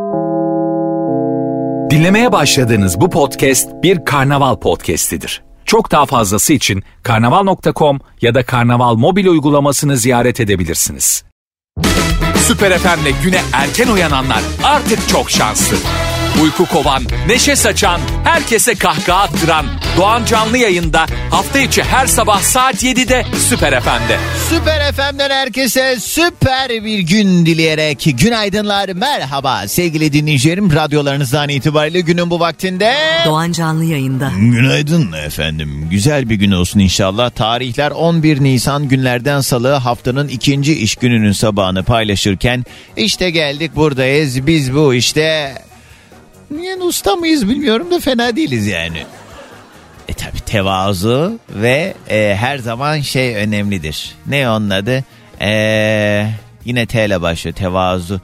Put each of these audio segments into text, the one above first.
Dinlemeye başladığınız bu podcast bir karnaval podcastidir. Çok daha fazlası için karnaval.com ya da karnaval mobil uygulamasını ziyaret edebilirsiniz. Süper FM'le güne erken uyananlar artık çok şanslı. Uyku kovan, neşe saçan, herkese kahkaha attıran Doğan Canlı Yayında hafta içi her sabah saat 7'de Süper FM'de. Süper FM'den herkese süper bir gün dileyerek günaydınlar, merhaba sevgili dinleyicilerim. Radyolarınızdan itibariyle günün bu vaktinde Doğan Canlı Yayında. Günaydın efendim. Güzel bir gün olsun inşallah. Tarihler 11 Nisan, günlerden salı, haftanın ikinci iş gününün sabahını paylaşırken işte geldik, buradayız. Biz bu işte... Yani usta mıyız bilmiyorum da fena değiliz yani. Tabi tevazu ve her zaman şey önemlidir. Ne onun adı? Yine T ile başlıyor. Tevazu.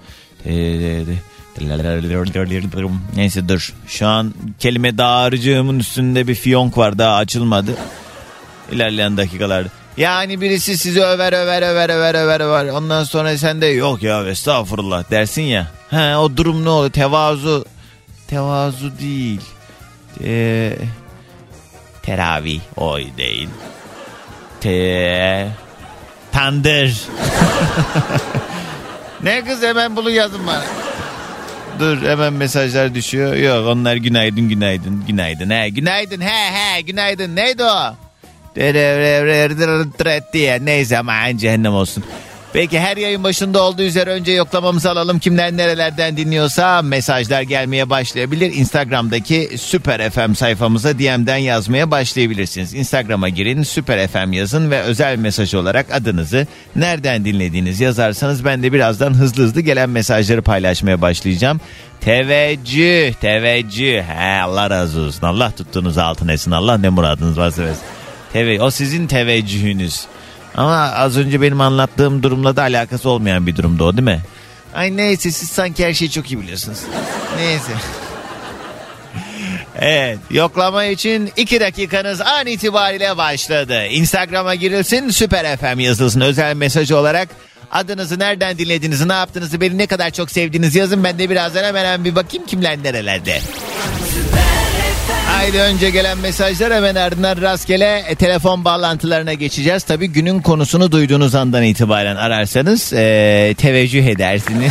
Neyse dur. Şu an kelime dağarcığımın üstünde bir fiyonk var, daha açılmadı. İlerleyen dakikalarda. Yani birisi sizi över. Ondan sonra sen de yok ya estağfurullah dersin ya. O durum ne oluyor? Tevazu değil. Teravih o değil. Tandır. Ne kız, hemen bunu yazın bana. Dur, hemen mesajlar düşüyor. Yok, onlar günaydın. Günaydın. Neydi o? Diye. Neyse aman cehennem olsun. Peki, her yayın başında olduğu üzere önce yoklamamızı alalım. Kimler nerelerden dinliyorsa mesajlar gelmeye başlayabilir. Instagram'daki Süper FM sayfamıza DM'den yazmaya başlayabilirsiniz. Instagram'a girin, Süper FM yazın ve özel mesaj olarak adınızı, nereden dinlediğiniz yazarsanız ben de birazdan hızlı gelen mesajları paylaşmaya başlayacağım. Teveccüh. Allah razı olsun. Allah tuttuğunuz altın etsin. Allah ne muradınız varsa versin. O sizin teveccühünüz. Ama az önce benim anlattığım durumla da alakası olmayan bir durumda o, değil mi? Ay neyse, siz sanki her şeyi çok iyi biliyorsunuz. Neyse. Evet, yoklama için 2 dakikanız an itibariyle başladı. Instagram'a girilsin, Süper FM yazılsın özel mesaj olarak. Adınızı, nereden dinlediğinizi, ne yaptığınızı, beni ne kadar çok sevdiğinizi yazın. Ben de birazdan hemen bir bakayım kimler nerelerde. Haydi, önce gelen mesajlar, hemen ardından rastgele telefon bağlantılarına geçeceğiz. Tabii günün konusunu duyduğunuz andan itibaren ararsanız teveccüh edersiniz.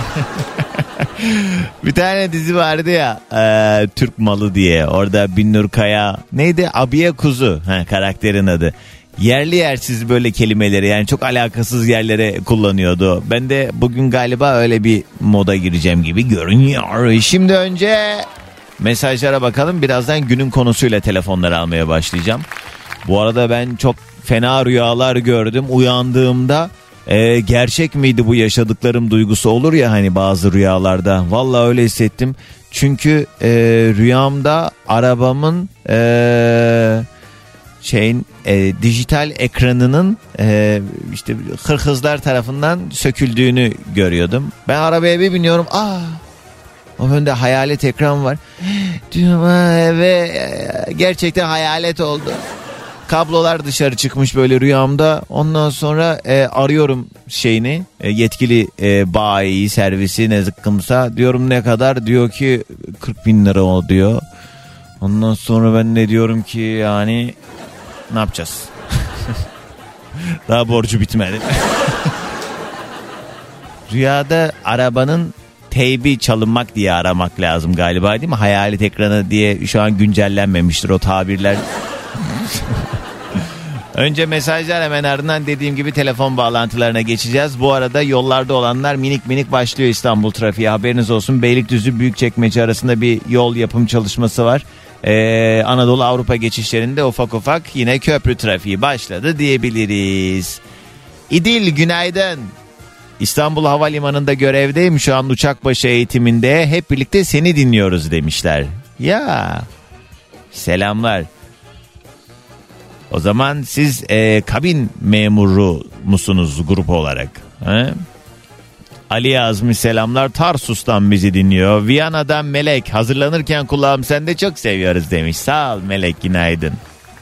Bir tane dizi vardı ya, Türk Malı diye. Orada Binnur Kaya, neydi? Abiye Kuzu karakterin adı. Yerli yersiz böyle kelimeleri, yani çok alakasız yerlere kullanıyordu. Ben de bugün galiba öyle bir moda gireceğim gibi görünüyor. Şimdi önce mesajlara bakalım. Birazdan günün konusuyla telefonları almaya başlayacağım. Bu arada ben çok fena rüyalar gördüm. Uyandığımda gerçek miydi bu yaşadıklarım duygusu olur ya hani bazı rüyalarda. Vallahi öyle hissettim. Çünkü rüyamda arabamın dijital ekranının işte hırhızlar tarafından söküldüğünü görüyordum. Ben arabaya bir biniyorum. O önde hayalet ekran var. Diyorum ve gerçekten hayalet oldu. Kablolar dışarı çıkmış böyle rüyamda. Ondan sonra arıyorum yetkili bayi servisi ne zıkkımsa. Diyorum ne kadar? Diyor ki 40.000 lira o diyor. Ondan sonra ben ne diyorum ki yani ne yapacağız? Daha borcu bitmedi. Rüyada arabanın teybi çalınmak diye aramak lazım galiba, değil mi? Hayalet ekranı diye şu an güncellenmemiştir o tabirler. Önce mesajlar, hemen ardından dediğim gibi telefon bağlantılarına geçeceğiz. Bu arada yollarda olanlar minik başlıyor İstanbul trafiği, haberiniz olsun. Beylikdüzü Büyükçekmece arasında bir yol yapım çalışması var. Anadolu Avrupa geçişlerinde ufak yine köprü trafiği başladı diyebiliriz. İdil günaydın. İstanbul Havalimanı'nda görevdeyim şu an, uçak başı eğitiminde, hep birlikte seni dinliyoruz demişler. Ya selamlar. O zaman siz kabin memuru musunuz grup olarak? Ali yazmış, selamlar Tarsus'tan bizi dinliyor. Viyana'dan Melek, hazırlanırken kulağım sende, çok seviyoruz demiş. Sağ ol Melek, günaydın.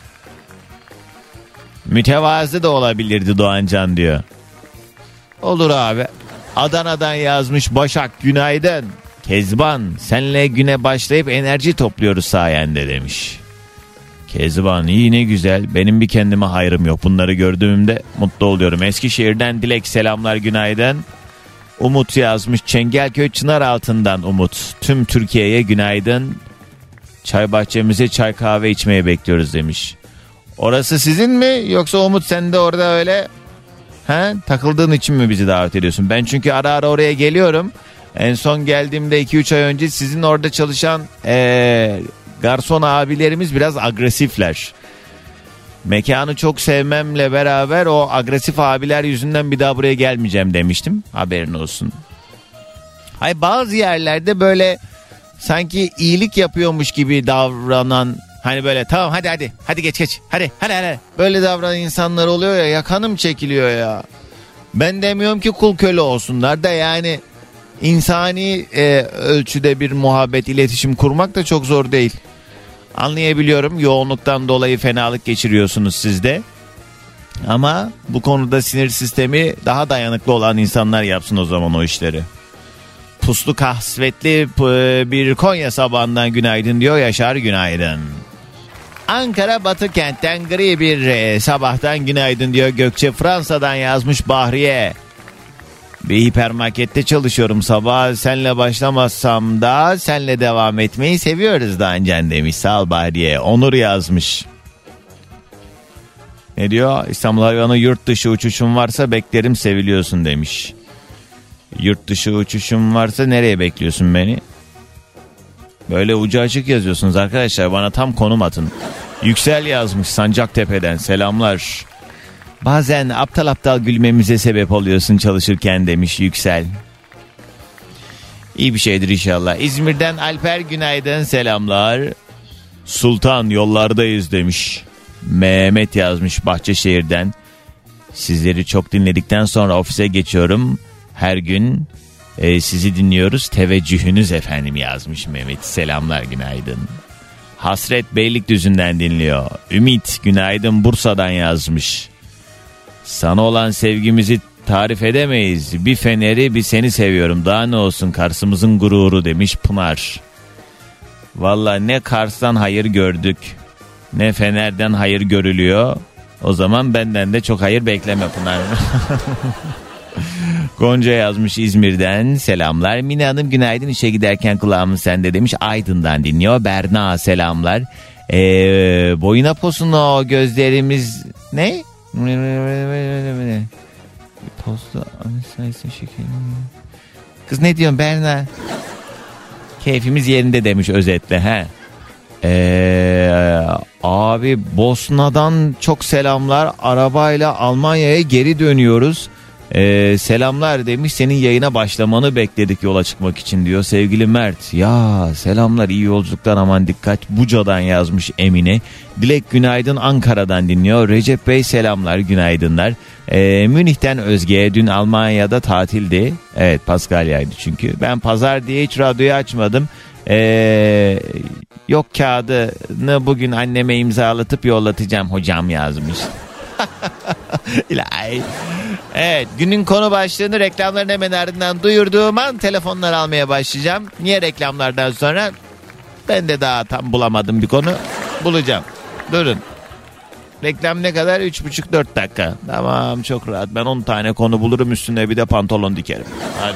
Mütevazı da olabilirdi Doğancan diyor. Olur abi. Adana'dan yazmış Başak, günaydın. Kezban, senle güne başlayıp enerji topluyoruz sayende demiş. Kezban, iyi ne güzel, benim bir kendime hayrım yok, bunları gördüğümde mutlu oluyorum. Eskişehir'den Dilek selamlar, günaydın. Umut yazmış, Çengelköy Çınaraltı'ndan Umut. Tüm Türkiye'ye günaydın. Çay bahçemize çay kahve içmeye bekliyoruz demiş. Orası sizin mi yoksa Umut sen de orada öyle takıldığın için mi bizi davet ediyorsun? Ben çünkü ara ara oraya geliyorum. En son geldiğimde 2-3 ay önce sizin orada çalışan garson abilerimiz biraz agresifler. Mekanı çok sevmemle beraber o agresif abiler yüzünden bir daha buraya gelmeyeceğim demiştim. Haberin olsun. Hayır, bazı yerlerde böyle sanki iyilik yapıyormuş gibi davranan, hani böyle tamam hadi geç hadi böyle davranan insanlar oluyor ya, kanım çekiliyor ya. Ben demiyorum ki kul köle olsunlar da, yani insani ölçüde bir muhabbet, iletişim kurmak da çok zor değil. Anlayabiliyorum, yoğunluktan dolayı fenalık geçiriyorsunuz siz de. Ama bu konuda sinir sistemi daha dayanıklı olan insanlar yapsın o zaman o işleri. Puslu kasvetli bir Konya sabahından günaydın diyor Yaşar, günaydın. Ankara Batı kentten gri bir sabahtan günaydın diyor Gökçe. Fransa'dan yazmış Bahriye. Bir hipermarkette çalışıyorum, sabah senle başlamazsam da senle devam etmeyi seviyoruz da ancen demiş. Sağ ol Bahriye. Onur yazmış. Ne diyor? İstanbul Havalimanı yurt dışı uçuşum varsa beklerim, seviliyorsun demiş. Yurt dışı uçuşum varsa nereye bekliyorsun beni? Böyle ucu açık yazıyorsunuz arkadaşlar, bana tam konum atın. Yüksel yazmış Sancaktepe'den, selamlar. Bazen aptal aptal gülmemize sebep oluyorsun çalışırken demiş Yüksel. İyi bir şeydir inşallah. İzmir'den Alper günaydın, selamlar. Sultan yollardayız demiş. Mehmet yazmış Bahçeşehir'den. Sizleri çok dinledikten sonra ofise geçiyorum. Her gün sizi dinliyoruz. Teveccühünüz efendim yazmış Mehmet. Selamlar, günaydın. Hasret Beylikdüzü'nden dinliyor. Ümit günaydın Bursa'dan yazmış. Sana olan sevgimizi tarif edemeyiz. Bir Fener'i bir seni seviyorum. Daha ne olsun, Kars'ımızın gururu demiş Pınar. Vallahi ne Kars'tan hayır gördük, ne Fener'den hayır görülüyor. O zaman benden de çok hayır bekleme Pınar. Gonca yazmış İzmir'den, selamlar. Mine Hanım günaydın, işe giderken kulağımın sende demiş. Aydın'dan dinliyor. Berna selamlar. Boyuna posuna o gözlerimiz ne? Posta sayısı şekerim. Kız ne diyorsun Berna? Keyfimiz yerinde demiş özetle. Abi Bosna'dan çok selamlar. Arabayla Almanya'ya geri dönüyoruz. Selamlar demiş, senin yayına başlamanı bekledik yola çıkmak için diyor sevgili Mert. Ya selamlar, iyi yolculuklar, aman dikkat. Buca'dan yazmış Emine. Dilek günaydın, Ankara'dan dinliyor. Recep Bey selamlar, günaydınlar. Münih'ten Özge'ye, dün Almanya'da tatildi. Evet, Paskalya'ydı çünkü. Ben pazar diye hiç radyoyu açmadım. Yok kağıdını bugün anneme imzalatıp yollatacağım hocam yazmış. İlahi. Evet, günün konu başlığını reklamların hemen ardından duyurduğum an telefonlar almaya başlayacağım. Niye reklamlardan sonra? Ben de daha tam bulamadım bir konu. Bulacağım. Durun. Reklam ne kadar? 3,5-4 dakika. Tamam, çok rahat. Ben 10 tane konu bulurum, üstüne bir de pantolon dikerim. Hadi.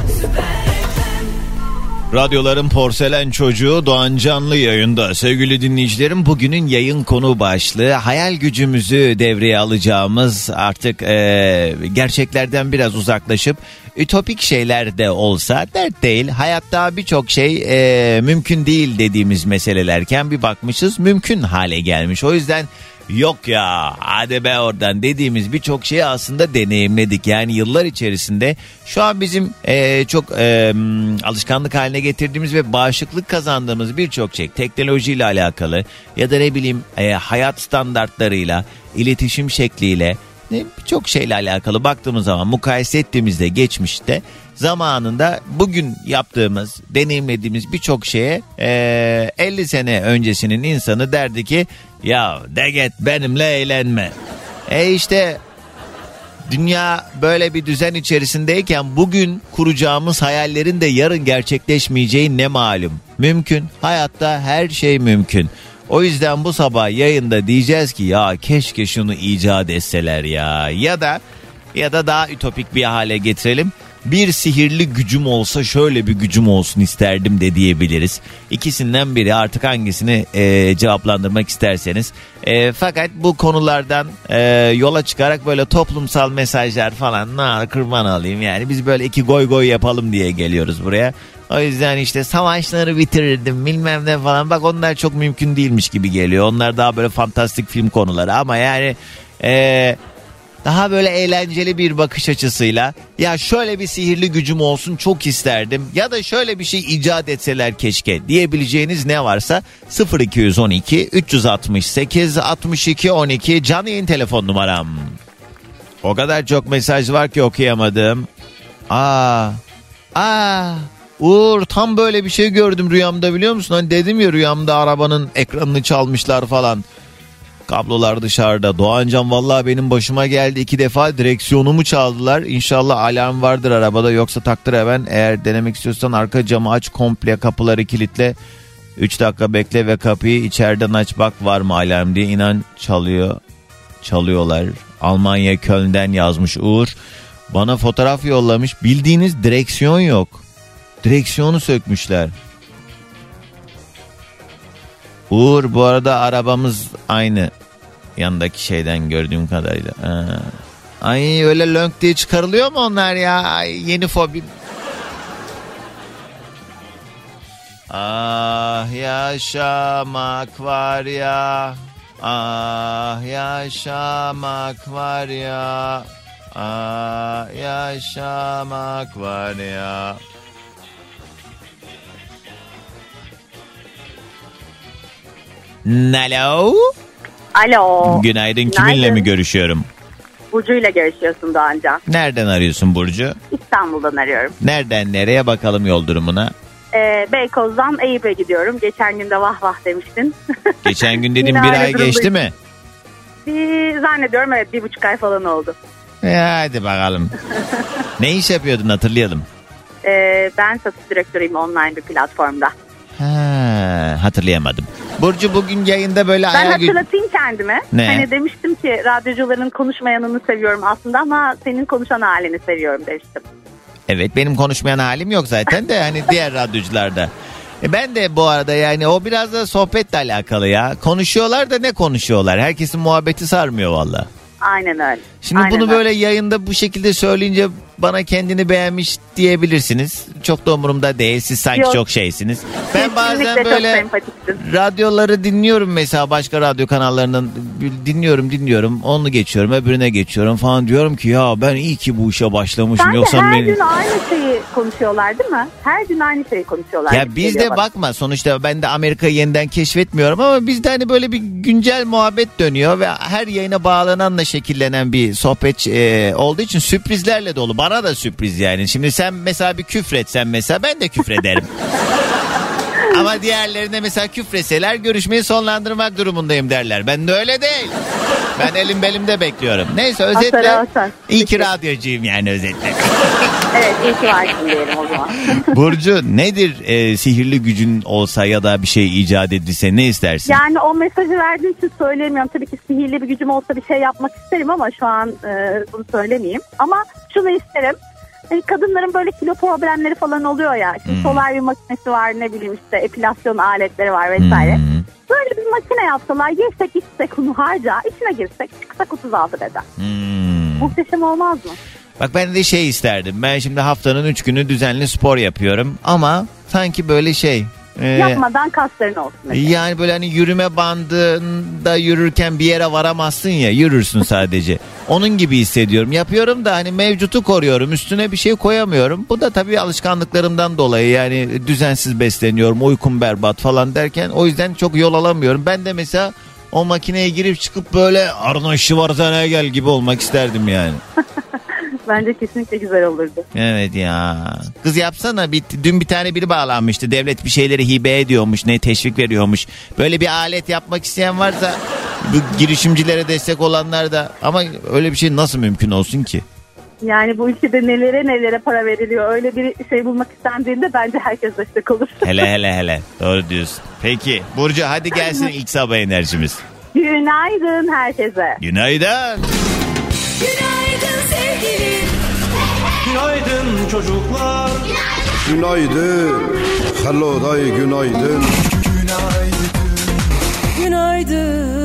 Radyoların porselen çocuğu Doğan Canlı yayında. Sevgili dinleyicilerim, bugünün yayın konu başlığı hayal gücümüzü devreye alacağımız, artık gerçeklerden biraz uzaklaşıp ütopik şeyler de olsa dert değil. Hayatta birçok şey mümkün değil dediğimiz meselelerken bir bakmışız mümkün hale gelmiş. O yüzden yok ya hadi be oradan dediğimiz birçok şeyi aslında deneyimledik. Yani yıllar içerisinde şu an bizim çok alışkanlık haline getirdiğimiz ve bağışıklık kazandığımız birçok şey, teknolojiyle alakalı ya da ne bileyim hayat standartlarıyla, iletişim şekliyle, birçok şeyle alakalı baktığımız zaman, mukayese ettiğimizde geçmişte, zamanında bugün yaptığımız, deneyimlediğimiz birçok şeye 50 sene öncesinin insanı derdi ki ya de git benimle eğlenme. İşte Dünya böyle bir düzen içerisindeyken bugün kuracağımız hayallerin de yarın gerçekleşmeyeceği ne malum. Mümkün. Hayatta her şey mümkün. O yüzden bu sabah yayında diyeceğiz ki ya keşke şunu icat etseler ya. Ya da daha ütopik bir hale getirelim. Bir sihirli gücüm olsa şöyle bir gücüm olsun isterdim de diyebiliriz. İkisinden biri, artık hangisini cevaplandırmak isterseniz. Fakat bu konulardan yola çıkarak böyle toplumsal mesajlar falan kurban alayım yani. Biz böyle iki goy goy yapalım diye geliyoruz buraya. O yüzden işte savaşları bitirirdim bilmem ne falan. Bak onlar çok mümkün değilmiş gibi geliyor. Onlar daha böyle fantastik film konuları ama yani... daha böyle eğlenceli bir bakış açısıyla ya şöyle bir sihirli gücüm olsun çok isterdim ya da şöyle bir şey icat etseler keşke diyebileceğiniz ne varsa 0212 368 62 12 canlı yayın telefon numaram. O kadar çok mesaj var ki okuyamadım. Uğur, tam böyle bir şey gördüm rüyamda, biliyor musun? Hani dedim ya, rüyamda arabanın ekranını çalmışlar falan. Kablolar dışarıda. Doğancan, vallahi benim başıma geldi 2 defa, direksiyonumu çaldılar. İnşallah alarm vardır arabada, yoksa taktır hemen. Eğer denemek istiyorsan arka camı aç, komple kapıları kilitle. 3 dakika bekle ve kapıyı içeriden aç, bak var mı alarm diye. İnan çalıyorlar. Almanya Köln'den yazmış Uğur. Bana fotoğraf yollamış. Bildiğiniz direksiyon yok. Direksiyonu sökmüşler. Uğur, bu arada arabamız aynı. Yanındaki şeyden gördüğüm kadarıyla. Ay öyle lönk diye çıkarılıyor mu onlar ya? Ay, yeni fobi. Ah yaşamak var ya. Ah yaşamak var ya. Ah yaşamak var ya. Alo. Alo. Günaydın. Kiminle mi görüşüyorum? Burcu'yla görüşüyorsun Doğancan. Nereden arıyorsun Burcu? İstanbul'dan arıyorum. Nereden nereye, bakalım yol durumuna? Beykoz'dan Eyüp'e gidiyorum. Geçen gün de vah vah demiştin. Geçen gün dedim, bir ay geçti mi? Zannediyorum evet, 1,5 ay falan oldu. Hadi bakalım. Ne iş yapıyordun, hatırlayalım. Ben satış direktörüyüm online bir platformda. Hatırlayamadım. Burcu, bugün yayında böyle ben hatırlatayım kendime. Ne? Hani demiştim ki radyocuların konuşmayanını seviyorum aslında ama senin konuşan halini seviyorum demiştim. Evet, benim konuşmayan halim yok zaten de hani diğer radyocularda. Ben de bu arada yani o biraz da sohbetle alakalı ya. Konuşuyorlar da ne konuşuyorlar? Herkesin muhabbeti sarmıyor valla. Aynen öyle. Şimdi aynen bunu öyle. böyle yayında bu şekilde söyleyince bana kendini beğenmiş diyebilirsiniz. Çok da umurumda değil. Siz sanki Yok. çok şeysiniz. Ben bazen Kesinlikle böyle radyoları dinliyorum, mesela başka radyo kanallarından dinliyorum. Onu geçiyorum, öbürüne geçiyorum falan, diyorum ki ya ben iyi ki bu işe başlamışım. Sanki Yoksa her gün aynı şeyi konuşuyorlar değil mi? Her gün aynı şeyi konuşuyorlar. Ya bizde bakma, sonuçta ben de Amerika'yı yeniden keşfetmiyorum ama bizde hani böyle bir güncel muhabbet dönüyor ve her yayına bağlananla şekillenen bir sohbet olduğu için sürprizlerle dolu. Bana da sürpriz yani. Şimdi sen mesela bir küfretsen mesela, ben de küfrederim. Ama diğerlerine mesela küfreseler görüşmeyi sonlandırmak durumundayım derler. Ben de öyle değil. Ben elim belimde bekliyorum. Neyse, özetle iyi ki radyocuyum yani, özetle. Evet, iyi ki varsın diyelim o zaman. Burcu, nedir sihirli gücün olsa ya da bir şey icat edilse ne istersin? Yani o mesajı verdiğim için söyleyemiyorum. Tabii ki sihirli bir gücüm olsa bir şey yapmak isterim ama şu an bunu söylemeyeyim. Ama şunu isterim. Kadınların böyle kilo problemleri falan oluyor ya. Şimdi solaryum makinesi var, ne bileyim işte epilasyon aletleri var vesaire. Böyle bir makine yapsalar, yesek içsek onu harca, içine girsek çıksak 36 beden. Muhteşem olmaz mı? Bak, ben de şey isterdim. Ben şimdi haftanın 3 günü düzenli spor yapıyorum ama sanki böyle yapmadan kasların olsun mesela. Yani böyle hani yürüme bandında yürürken bir yere varamazsın ya, yürürsün sadece. Onun gibi hissediyorum. Yapıyorum da hani mevcutu koruyorum. Üstüne bir şey koyamıyorum. Bu da tabii alışkanlıklarımdan dolayı, yani düzensiz besleniyorum. Uykum berbat falan derken o yüzden çok yol alamıyorum. Ben de mesela o makineye girip çıkıp böyle Arnold Schwarzenegger gibi olmak isterdim yani. Bence kesinlikle güzel olurdu. Evet ya. Kız yapsana. Dün bir tane biri bağlanmıştı. Devlet bir şeyleri hibe ediyormuş. Ne teşvik veriyormuş. Böyle bir alet yapmak isteyen varsa Bu girişimcilere destek olanlar da, ama öyle bir şey nasıl mümkün olsun ki? Yani bu ülkede nelere para veriliyor. Öyle bir şey bulmak istendiğinde bence herkes destek olur. Hele. Doğru diyorsun. Peki Burcu, hadi gelsin ilk sabah enerjimiz. Günaydın herkese. Günaydın. Günaydın sevgilim. Günaydın çocuklar. Günaydın. Hello day, günaydın. Günaydın.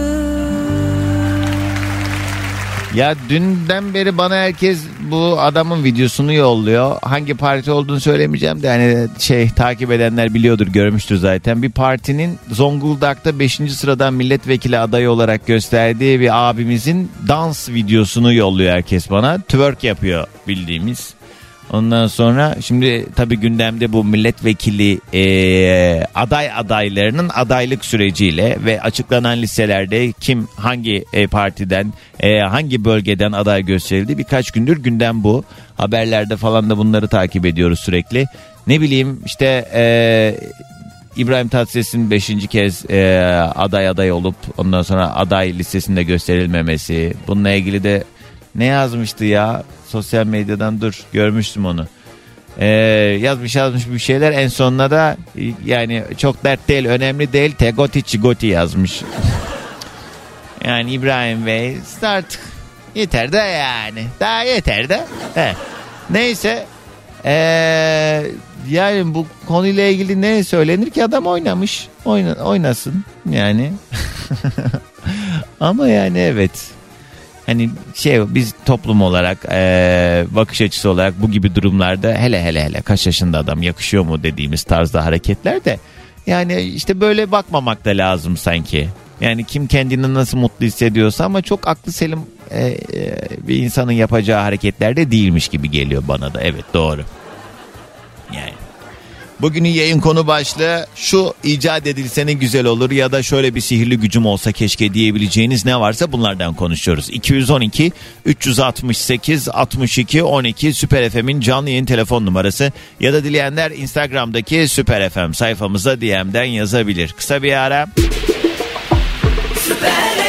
Ya dünden beri bana herkes bu adamın videosunu yolluyor. Hangi parti olduğunu söylemeyeceğim de hani takip edenler biliyordur, görmüştür zaten. Bir partinin Zonguldak'ta 5. sıradan milletvekili adayı olarak gösterdiği bir abimizin dans videosunu yolluyor herkes bana. Twerk yapıyor bildiğimiz. Ondan sonra şimdi tabii gündemde bu milletvekili adaylarının adaylık süreciyle ve açıklanan listelerde kim hangi partiden hangi bölgeden aday gösterildi, birkaç gündür gündem bu. Haberlerde falan da bunları takip ediyoruz sürekli. Ne bileyim işte İbrahim Tatlıses'in 5. kez aday olup ondan sonra aday listesinde gösterilmemesi, bununla ilgili de ne yazmıştı ya? Sosyal medyadan görmüştüm onu. Yazmış bir şeyler, en sonuna da yani çok dert değil, önemli değil, tegoti çigoti yazmış. Yani İbrahim Bey artık yeter de yani. Daha yeter de. Neyse. Yani bu konuyla ilgili ne söylenir ki, adam oynamış. Oynasın yani. Ama yani evet. Hani biz toplum olarak bakış açısı olarak bu gibi durumlarda hele kaç yaşında adam, yakışıyor mu dediğimiz tarzda hareketler de yani işte böyle bakmamak da lazım sanki. Yani kim kendini nasıl mutlu hissediyorsa, ama çok aklı selim bir insanın yapacağı hareketler de değilmiş gibi geliyor bana da. Evet, doğru. Yani bugünün yayın konu başlığı şu: icat edilse ne güzel olur ya da şöyle bir sihirli gücüm olsa keşke diyebileceğiniz ne varsa bunlardan konuşuyoruz. 212 368 62 12 Süper FM'in canlı yayın telefon numarası, ya da dileyenler Instagram'daki Süper FM sayfamıza DM'den yazabilir. Kısa bir ara. Süper FM.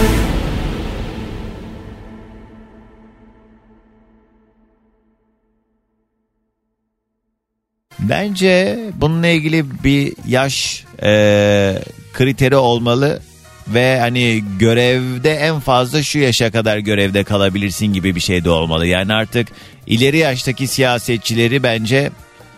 Bence bununla ilgili bir yaş kriteri olmalı ve hani görevde en fazla şu yaşa kadar görevde kalabilirsin gibi bir şey de olmalı. Yani artık ileri yaştaki siyasetçileri bence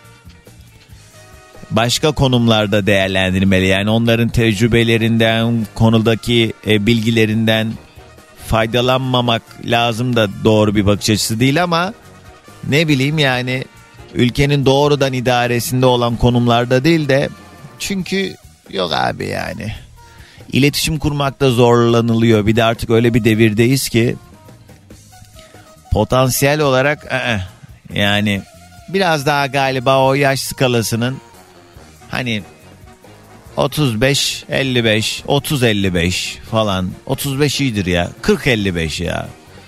başka konumlarda değerlendirmeli. Yani onların tecrübelerinden, konudaki bilgilerinden faydalanmamak lazım da doğru bir bakış açısı değil, ama ne bileyim yani ülkenin doğrudan idaresinde olan konumlarda değil de, çünkü yok abi yani iletişim kurmakta zorlanılıyor. Bir de artık öyle bir devirdeyiz ki potansiyel olarak yani biraz daha galiba o yaş skalasının hani 35 55 30 55 falan, 35 iyidir ya, 40 55 ya.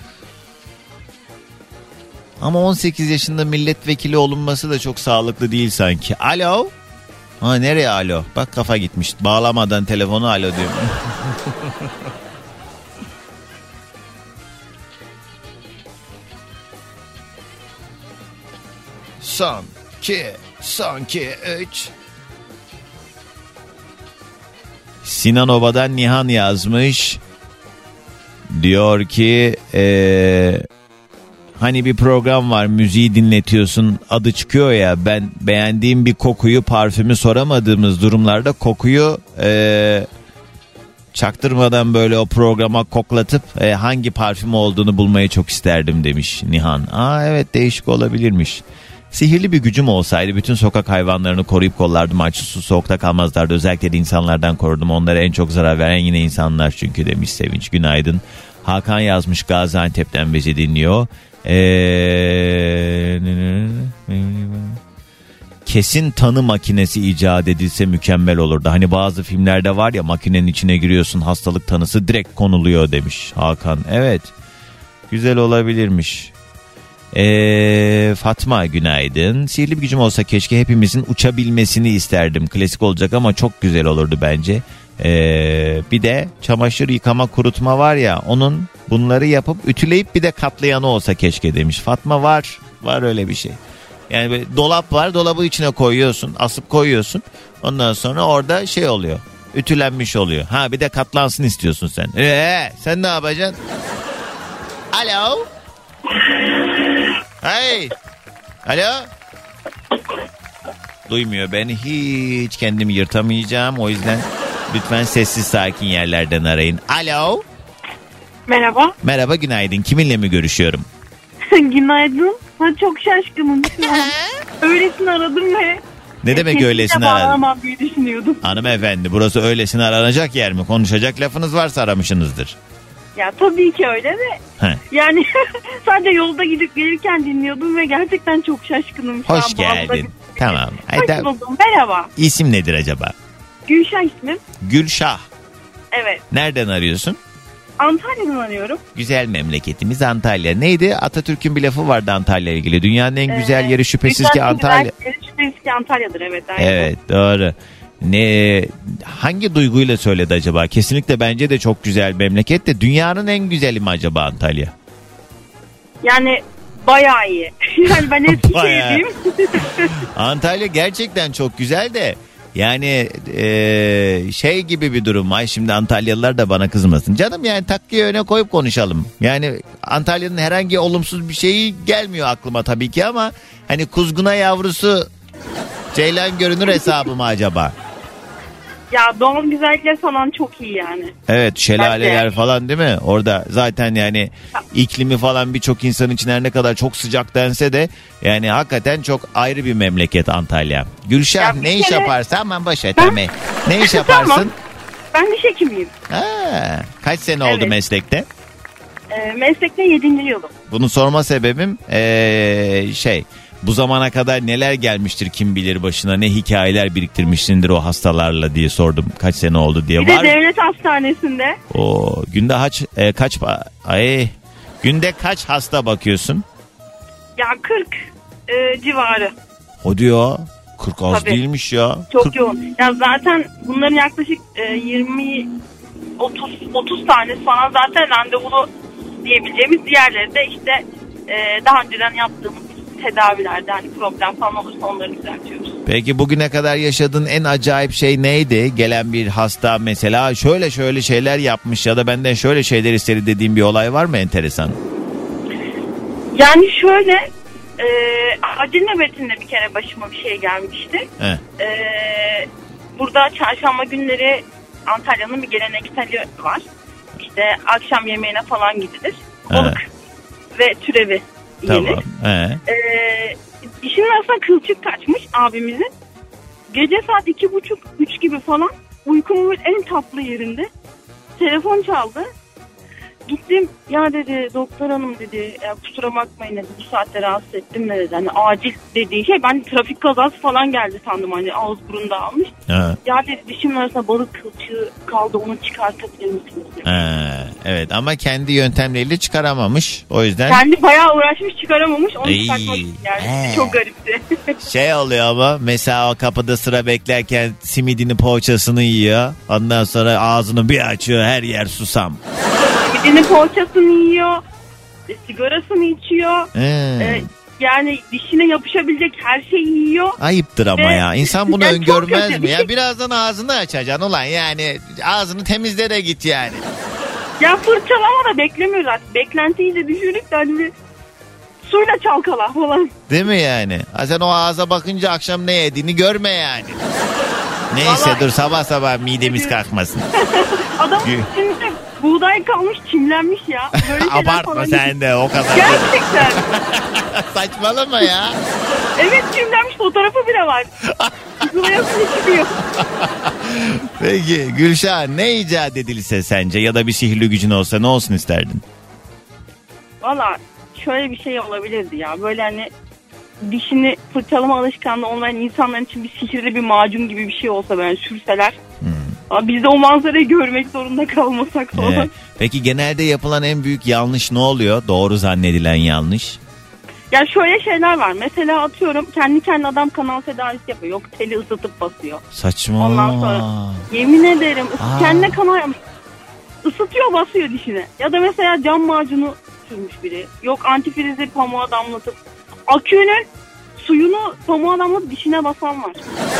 Ama 18 yaşında milletvekili olunması da çok sağlıklı değil sanki. Alo? Ha, nereye alo? Bak kafa gitmiş. Bağlamadan telefonu alo diyor. Son 2 3. Sinan Oba'dan Nihan yazmış. Diyor ki hani bir program var, müziği dinletiyorsun, adı çıkıyor ya, ben beğendiğim bir kokuyu, parfümü soramadığımız durumlarda kokuyu çaktırmadan böyle o programa koklatıp hangi parfüm olduğunu bulmayı çok isterdim demiş Nihan. Evet, değişik olabilirmiş. Sihirli bir gücüm olsaydı bütün sokak hayvanlarını koruyup kollardım. Aç susuz soğukta kalmazlardı. Özellikle de insanlardan korudum. Onlara en çok zarar veren yine insanlar çünkü demiş Sevinç. Günaydın. Hakan yazmış, Gaziantep'ten bizi dinliyor. Kesin tanı makinesi icat edilse mükemmel olurdu. Hani bazı filmlerde var ya, makinenin içine giriyorsun, hastalık tanısı direkt konuluyor demiş Hakan. Evet, güzel olabilirmiş. Fatma günaydın. Sihirli bir gücüm olsa keşke hepimizin uçabilmesini isterdim. Klasik olacak ama çok güzel olurdu bence. Bir de çamaşır yıkama kurutma var ya, onun bunları yapıp ütüleyip bir de katlayanı olsa keşke demiş. Fatma var öyle bir şey. Yani böyle dolap var, dolabı içine koyuyorsun, asıp koyuyorsun. Ondan sonra orada şey oluyor, ütülenmiş oluyor. Ha bir de katlansın istiyorsun sen. Sen ne yapacaksın? Alo. Hey. Alo. Duymuyor beni, hiç kendimi yırtamayacağım. O yüzden lütfen sessiz sakin yerlerden arayın. Alo. Merhaba. Merhaba, günaydın. Kiminle mi görüşüyorum? Günaydın. Ben çok şaşkınım şu an. Öylesine aradım ve... Ne demek öylesine aradım? Bağlamam diye düşünüyordum. Hanımefendi, burası öylesine aranacak yer mi? Konuşacak lafınız varsa aramışsınızdır. Ya tabii ki öyle de. Yani sadece yolda gidip gelirken dinliyordum ve gerçekten çok şaşkınım. Hoş geldin. Tamam. Hoş buldum. Merhaba. İsim nedir acaba? Gülşah ismim. Gülşah. Evet. Nereden arıyorsun? Antalya'dan arıyorum. Güzel memleketimiz Antalya. Neydi? Atatürk'ün bir lafı vardı Antalya ile ilgili. Dünyanın en güzel yeri şüphesiz ki Antalya. Şüphesiz ki Antalya'dır, evet. Aynen. Evet, doğru. Hangi duyguyla söyledi acaba? Kesinlikle bence de çok güzel memleket de, dünyanın en güzeli mi acaba Antalya? Yani bayağı iyi. Yani ben Eskişehir'liyim. Antalya gerçekten çok güzel de. Yani şey gibi bir durum. Ay şimdi Antalyalılar da bana kızmasın. Canım yani takkiye öne koyup konuşalım. Yani Antalya'nın herhangi olumsuz bir şeyi gelmiyor aklıma tabii ki ama hani kuzguna yavrusu ceylan görünür hesabı mı acaba? Ya doğal güzellikler falan çok iyi yani. Evet, şelaleler falan değil mi? Orada zaten yani iklimi falan birçok insan için her ne kadar çok sıcak dense de yani hakikaten çok ayrı bir memleket Antalya. Gülşah, ya ne iş yaparsan aman boş et ama. Ne iş yaparsın? Tamam. Ben diş hekimiyim. Kaç sene oldu meslekte? Meslekte 7. yılım. Bunu sorma sebebim bu zamana kadar neler gelmiştir kim bilir başına, ne hikayeler biriktirmişsindir o hastalarla diye sordum. Kaç sene oldu diye. Bir de devlet hastanesinde. Günde günde kaç hasta bakıyorsun? Ya 40 civarı. O diyor. 40 az tabii. Değilmiş ya. Çok 40. yoğun. Ya zaten bunların yaklaşık 30 tane falan zaten randevulu diyebileceğimiz, diğerleri de işte daha önceden yaptığımız tedavilerde hani problem falan olursa onları düzeltiyoruz. Peki bugüne kadar yaşadığın en acayip şey neydi? Gelen bir hasta mesela şöyle şeyler yapmış ya da benden şöyle şeyler istedi dediğin bir olay var mı enteresan? Yani şöyle acil nöbetinde bir kere başıma bir şey gelmişti. Burada çarşamba günleri Antalya'nın bir gelenekseli var. İşte akşam yemeğine falan gidilir. Balık ve türevi yenir. Tamam. İşin arasında kılçık kaçmış abimizin. Gece saat 2.30-3 gibi falan uykumun en tatlı yerinde telefon çaldı. Gittim, ya dedi doktor hanım dedi, ya kusura bakmayın dedi, bu saatte rahatsız ettim ne dedi. Hani acil dediği şey, ben trafik kazası falan geldi sandım, hani ağız burun dağılmış. Ya dedi dişimin arasında balık kılçığı kaldı, onu çıkartabilir misiniz dedi. Evet ama kendi yöntemleriyle çıkaramamış, o yüzden. Kendi bayağı uğraşmış, çıkaramamış, onu çıkartmak yani çok garipti. Şey oluyor ama mesela o kapıda sıra beklerken simidini poğaçasını yiyor, ondan sonra ağzını bir açıyor, her yer susam. Simidini poğaçasını yiyor, sigarasını içiyor. Yani dişine yapışabilecek her şeyi yiyor. Ayıptır ama ya. İnsan bunu yani öngörmez mi? Ya birazdan ağzını açacaksın ulan, yani ağzını temizle de git yani. Ya fırçalama da beklemiyor zaten. Beklentiyi de düşürüp de hani suyla çalkala falan. Değil mi yani? Ha sen o ağza bakınca akşam ne yediğini görme yani. Neyse vallahi... dur sabah midemiz kalkmasın. Adam içinde buğday kalmış, çimlenmiş ya. Böyle abartma sen de o kadar. Gerçekten. Saçmalama ya. Evet, çimlenmiş, fotoğrafı bile var. Kızılayasını çıkıyor. Peki Gülşah, ne icat edilse sence ya da bir sihirli gücün olsa ne olsun isterdin? Valla şöyle bir şey olabilirdi ya. Böyle hani dişini fırçalama alışkanlığı olmayan insanlar için bir sihirli bir macun gibi bir şey olsa, böyle sürseler. Ama biz de o manzarayı görmek zorunda kalmasak falan. Peki genelde yapılan en büyük yanlış ne oluyor? Doğru zannedilen yanlış. Ya şöyle şeyler var. Mesela atıyorum kendi kendine adam kanal tedavisi yapıyor. Yok teli ısıtıp basıyor. Saçma. Ondan sonra yemin ederim kendine kanal ısıtıyor basıyor dişine. Ya da mesela cam macunu sürmüş biri. Yok antifrizi pamuğa damlatıp akünün suyunu pamuğa damlatıp dişine basan var.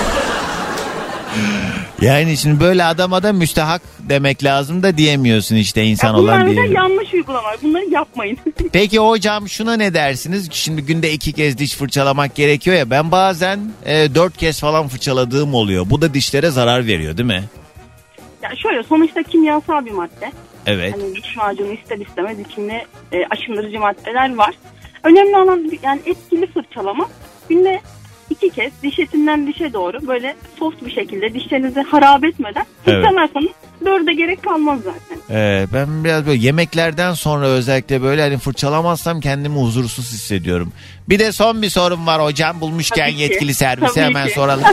Yani şimdi böyle adama da müstehak demek lazım da diyemiyorsun işte insan olan diye. diye. Bunlar yanlış uygulamalar. Bunları yapmayın. Peki hocam şuna ne dersiniz? Şimdi günde 2 kez diş fırçalamak gerekiyor ya. Ben bazen 4 kez falan fırçaladığım oluyor. Bu da dişlere zarar veriyor değil mi? Ya şöyle sonuçta kimyasal bir madde. Evet. Hani diş macunu ister istemez içinde aşındırıcı maddeler var. Önemli olan yani etkili fırçalama. Günde 2 kez diş etinden dişe doğru böyle soft bir şekilde dişlerinizi harap etmeden fırçalarsanız 4'e gerek kalmaz zaten. Ben biraz böyle yemeklerden sonra özellikle böyle hani fırçalamazsam kendimi huzursuz hissediyorum. Bir de son bir sorum var hocam. Bulmuşken yetkili servise Tabii hemen ki. soralım.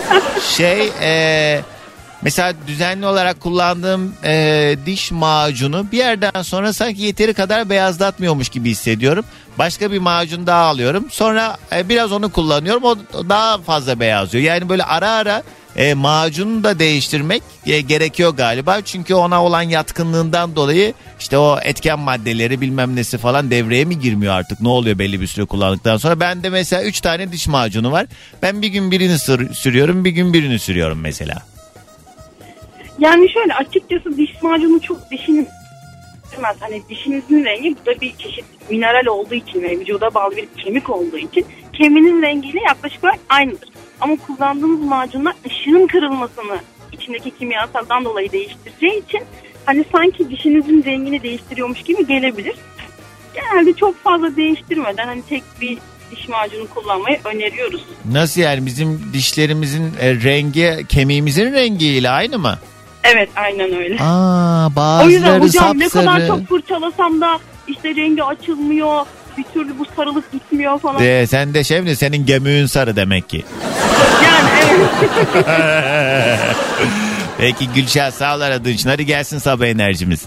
Mesela düzenli olarak kullandığım diş macunu bir yerden sonra sanki yeteri kadar beyazlatmıyormuş gibi hissediyorum. Başka bir macun daha alıyorum. Sonra biraz onu kullanıyorum. O daha fazla beyazlıyor. Yani böyle ara ara macunu da değiştirmek gerekiyor galiba. Çünkü ona olan yatkınlığından dolayı işte o etken maddeleri bilmem nesi falan devreye mi girmiyor artık? Ne oluyor belli bir süre kullandıktan sonra? Bende mesela 3 tane diş macunu var. Ben bir gün birini sürüyorum, bir gün birini sürüyorum mesela. Yani şöyle açıkçası diş macunu çok dişinin hani dişinizin rengi bu da bir çeşit mineral olduğu için ve vücuda bağlı bir kemik olduğu için kemiğin rengiyle yaklaşık olarak aynıdır. Ama kullandığımız macunlar ışığın kırılmasını içindeki kimyasaldan dolayı değiştireceği için hani sanki dişinizin rengini değiştiriyormuş gibi gelebilir. Genelde çok fazla değiştirmeden hani tek bir diş macunu kullanmayı öneriyoruz. Nasıl yani bizim dişlerimizin rengi kemiğimizin rengiyle aynı mı? Evet aynen öyle. Bazıları o yüzden hocam sapsarı. ne kadar çok fırçalasam da işte rengi açılmıyor. Bir türlü bu sarılıp gitmiyor falan. Sen de şey mi? Senin gemüğün sarı demek ki. Yani evet. Peki Gülşah sağ ol aradığın için. Hadi gelsin sabah enerjimiz.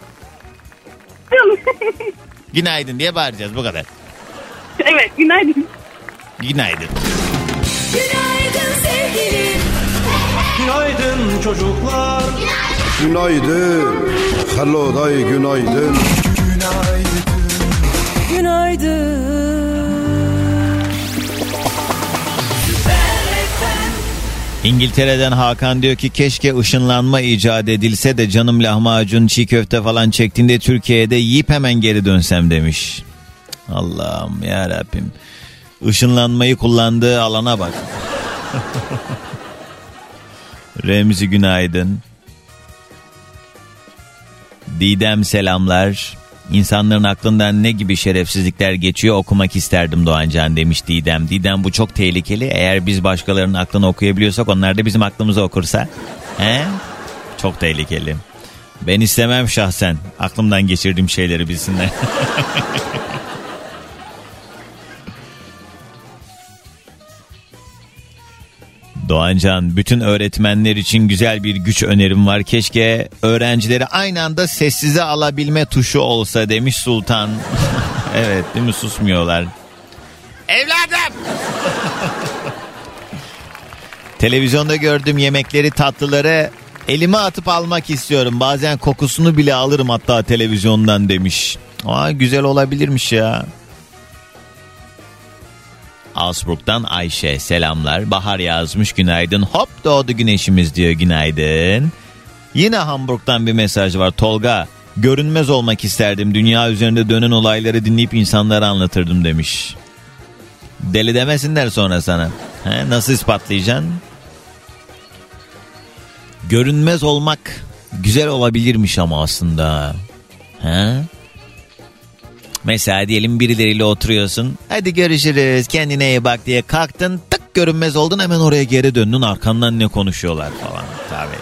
Günaydın diye bağıracağız bu kadar. Evet günaydın. Günaydın. Günaydın sevgilim. Günaydın çocuklar. Günaydın. Hello day günaydın. Günaydın. İngiltere'den Hakan diyor ki keşke ışınlanma icat edilse de canım lahmacun, çiğ köfte falan çektiğinde Türkiye'de yiyip hemen geri dönsem demiş. Allah'ım ya Rabbim. Işınlanmayı kullandığı alana bak. Remzi günaydın. Didem selamlar. İnsanların aklından ne gibi şerefsizlikler geçiyor okumak isterdim Doğancan demiş Didem. Didem bu çok tehlikeli. Eğer biz başkalarının aklını okuyabiliyorsak onlar da bizim aklımızı okursa. Çok tehlikeli. Ben istemem şahsen. Aklımdan geçirdiğim şeyleri bilsinler. Doğancan, bütün öğretmenler için güzel bir güç önerim var. Keşke öğrencileri aynı anda sessize alabilme tuşu olsa demiş Sultan. Evet değil mi, susmuyorlar. Evladım! Televizyonda gördüğüm yemekleri, tatlıları elime atıp almak istiyorum. Bazen kokusunu bile alırım hatta televizyondan demiş. Güzel olabilirmiş ya. Augsburg'dan Ayşe selamlar. Bahar yazmış günaydın. Hop doğdu güneşimiz diyor günaydın. Yine Hamburg'dan bir mesaj var. Tolga, görünmez olmak isterdim. Dünya üzerinde dönen olayları dinleyip insanlara anlatırdım demiş. Deli demesinler sonra sana. Nasıl ispatlayacaksın? Görünmez olmak güzel olabilirmiş ama aslında. Mesela diyelim birileriyle oturuyorsun. Hadi görüşürüz, kendine iyi bak diye kalktın. Tık görünmez oldun, hemen oraya geri döndün. Arkandan ne konuşuyorlar falan. Tabii.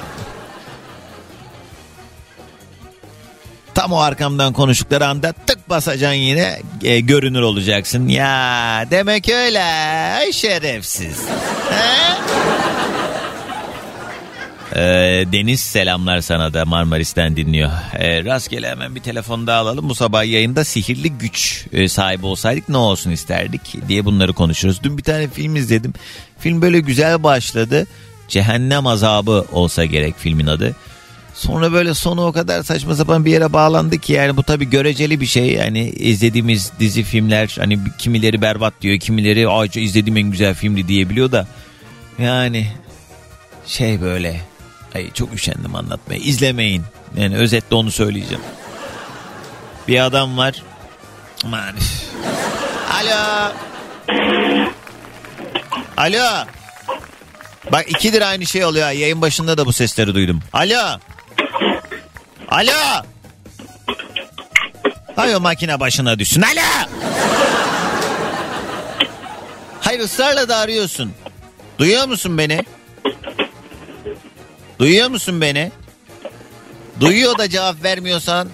Tam o arkamdan konuştukları anda tık basacaksın yine. Görünür olacaksın. Ya demek öyle. Şerefsiz. Deniz selamlar sana da, Marmaris'ten dinliyor. Rastgele hemen bir telefon daha alalım. Bu sabah yayında sihirli güç sahibi olsaydık ne olsun isterdik diye bunları konuşuyoruz. Dün bir tane film izledim. Film böyle güzel başladı. Cehennem Azabı olsa gerek filmin adı. Sonra böyle sonu o kadar saçma sapan bir yere bağlandı ki, yani bu tabii göreceli bir şey. Yani izlediğimiz dizi filmler, hani kimileri berbat diyor, kimileri "Ay, izlediğim en güzel filmdi" diyebiliyor da yani şey böyle, ay çok üşendim anlatmaya. İzlemeyin. Yani özetle onu söyleyeceğim. Bir adam var. Aman. Alo. Alo. Bak 2'dir aynı şey oluyor. Yayın başında da bu sesleri duydum. Alo. Alo. Hay o makine başına düşsün. Alo. Hayır, ısrarla da arıyorsun. Duyuyor musun beni? Duyuyor musun beni? Duyuyor da cevap vermiyorsan.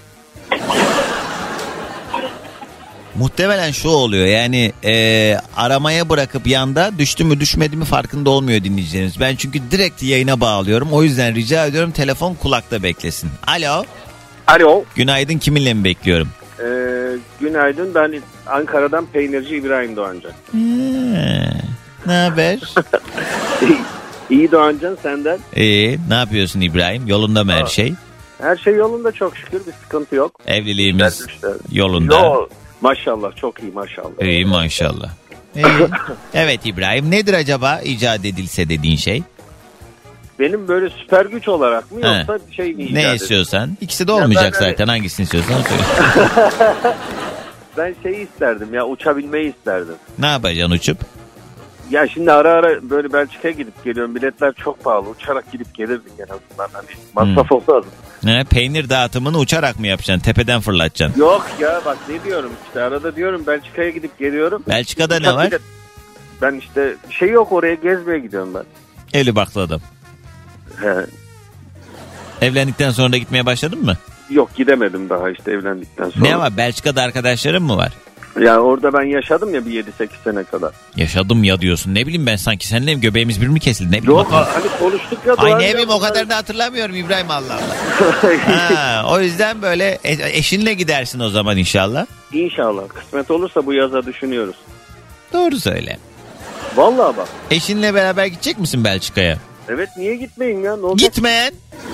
Muhtemelen şu oluyor, yani aramaya bırakıp yanda düştü mü düşmedi mi farkında olmuyor dinleyicilerimiz. Ben çünkü direkt yayına bağlıyorum. O yüzden rica ediyorum telefon kulakta beklesin. Alo. Alo. Günaydın, kiminle mi bekliyorum? Günaydın, ben Ankara'dan Peynirci İbrahim Doğancan. Ne haber? İyi Doğancan, senden? Ne yapıyorsun İbrahim? Yolunda mı her şey? Her şey yolunda çok şükür, bir sıkıntı yok. Evliliğimiz yolunda. Yo, maşallah, çok iyi maşallah. İyi maşallah. Evet İbrahim, nedir acaba icat edilse dediğin şey? Benim böyle süper güç olarak mı yoksa bir şey mi icat Ne edilse? istiyorsan. İkisi de olmayacak zaten. Hangisini istiyorsan söyle. Ben şeyi isterdim ya, uçabilmeyi isterdim. Ne yapacaksın uçup? Ya şimdi ara ara böyle Belçika'ya gidip geliyorum. Biletler çok pahalı. Uçarak gidip gelirdik en azından. Hani masraf olmaz. Peynir dağıtımını uçarak mı yapacaksın? Tepeden fırlatacaksın? Yok ya, bak ne diyorum işte, arada diyorum Belçika'ya gidip geliyorum. Belçika'da ne var? Ben işte şey yok, oraya gezmeye gidiyorum ben. Eli baklı adam. He. Evlendikten sonra da gitmeye başladın mı? Yok, gidemedim daha işte evlendikten sonra. Ne var? Belçika'da arkadaşların mı var? Ya orada ben yaşadım ya bir 7-8 sene kadar. Yaşadım ya diyorsun. Ne bileyim ben, sanki seninle göbeğimiz bir mi kesildi? Ne bileyim. Yok hani konuştuk ya. Ay ne bileyim, o kadarını hatırlamıyorum İbrahim, Allah Allah. O yüzden böyle eşinle gidersin o zaman inşallah. İnşallah. Kısmet olursa bu yaza düşünüyoruz. Doğru söyle. Vallahi bak. Eşinle beraber gidecek misin Belçika'ya? Evet, niye gitmeyin ya? Ne olacak? Gitmeyen.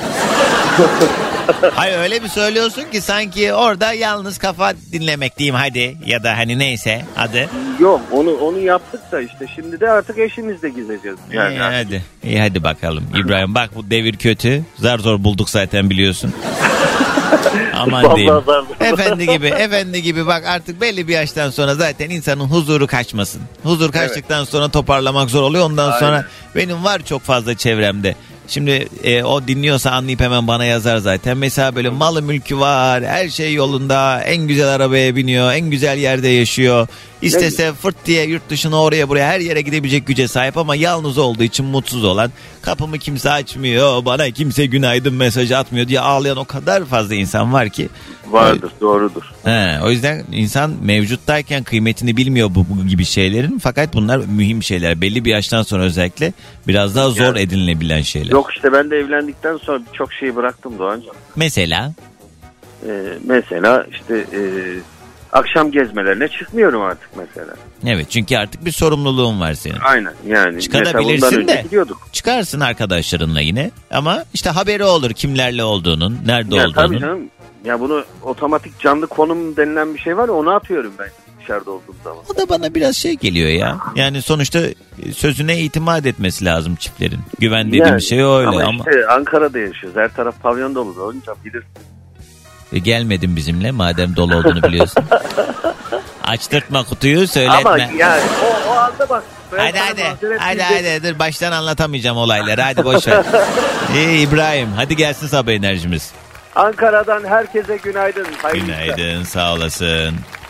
Hayır, öyle bir söylüyorsun ki sanki orada yalnız kafa dinlemek diyeyim hadi, ya da hani neyse adı. Yok, onu yaptık da işte şimdi de artık eşimizle gideceğiz. Yani hadi. İyi hadi bakalım. İbrahim bak, bu devir kötü. Zar zor bulduk zaten biliyorsun. Aman diyeyim. Efendi gibi bak, artık belli bir yaştan sonra zaten insanın huzuru kaçmasın. Huzur kaçtıktan sonra toparlamak zor oluyor. Ondan sonra benim var çok fazla çevremde. Şimdi o dinliyorsa anlayıp hemen bana yazar zaten. Mesela böyle malı mülkü var, her şey yolunda, en güzel arabaya biniyor, en güzel yerde yaşıyor. İstese fırt diye yurt dışına, oraya buraya, her yere gidebilecek güce sahip ama yalnız olduğu için mutsuz olan, kapımı kimse açmıyor, bana kimse günaydın mesajı atmıyor diye ağlayan o kadar fazla insan var ki. Vardır, doğrudur. O yüzden insan mevcuttayken kıymetini bilmiyor bu gibi şeylerin. Fakat bunlar mühim şeyler. Belli bir yaştan sonra özellikle biraz daha zor edinilebilen şeyler. Yok işte, ben de evlendikten sonra birçok şeyi bıraktım Doğancan. Mesela? Mesela işte akşam gezmelerine çıkmıyorum artık mesela. Evet, çünkü artık bir sorumluluğun var senin. Aynen yani. Çıkabilirsin de çıkarsın arkadaşlarınla yine. Ama işte haberi olur kimlerle olduğunun, nerede olduğunun. Tabii canım. Ya bunu otomatik canlı konum denilen bir şey var ya, onu atıyorum ben dışarıda olduğum zaman. O da bana biraz şey geliyor ya. Yani sonuçta sözüne itimat etmesi lazım çiftlerin. Güven dediğim şey öyle ama. işte Ankara'da yaşıyoruz. Her taraf pavyon dolu da olunca bilirsin. Gelmedin bizimle madem dolu olduğunu biliyorsun. Açtırtma kutuyu, söyletme. Ama yani o anda bak. Hadi dur, baştan anlatamayacağım olayları, hadi boşver. İyi İbrahim, hadi gelsin sabah enerjimiz. Ankara'dan herkese günaydın. Günaydın, sağ olasın.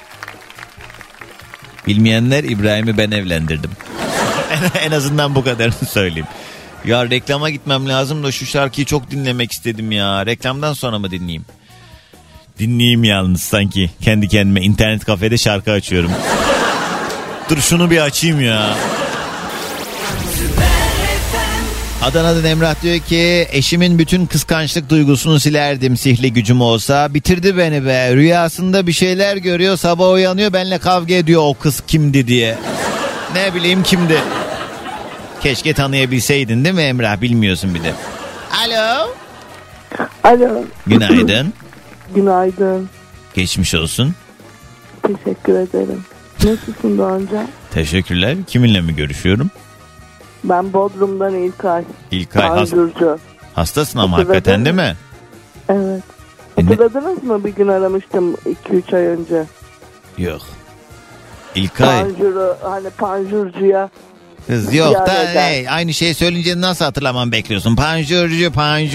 Bilmeyenler, İbrahim'i ben evlendirdim. En azından bu kadarını söyleyeyim. Ya reklama gitmem lazım da şu şarkıyı çok dinlemek istedim ya. Reklamdan sonra mı dinleyeyim? Dinleyeyim yalnız sanki. Kendi kendime internet kafede şarkı açıyorum. Dur şunu bir açayım ya. Adana'dan Emrah diyor ki eşimin bütün kıskançlık duygusunu silerdim sihirli gücüm olsa. Bitirdi beni be. Rüyasında bir şeyler görüyor, sabah uyanıyor, benimle kavga ediyor o kız kimdi diye. Ne bileyim kimdi. Keşke tanıyabilseydin değil mi Emrah? Bilmiyorsun bir de. Alo. Alo. Günaydın. Günaydın. Geçmiş olsun. Teşekkür ederim. Nasılsın Doğancan? Teşekkürler. Kiminle mi görüşüyorum? Ben Bodrum'dan İlkay. İlkay hastasın ama Hatırladın hakikaten mı? değil mi? Evet. Hatırladınız mı? Bir gün aramıştım 2-3 ay önce. Yok. İlkay. Panjurcuya. Kız yok da aynı şeyi söyleyince nasıl hatırlamam bekliyorsun? Panjurcu.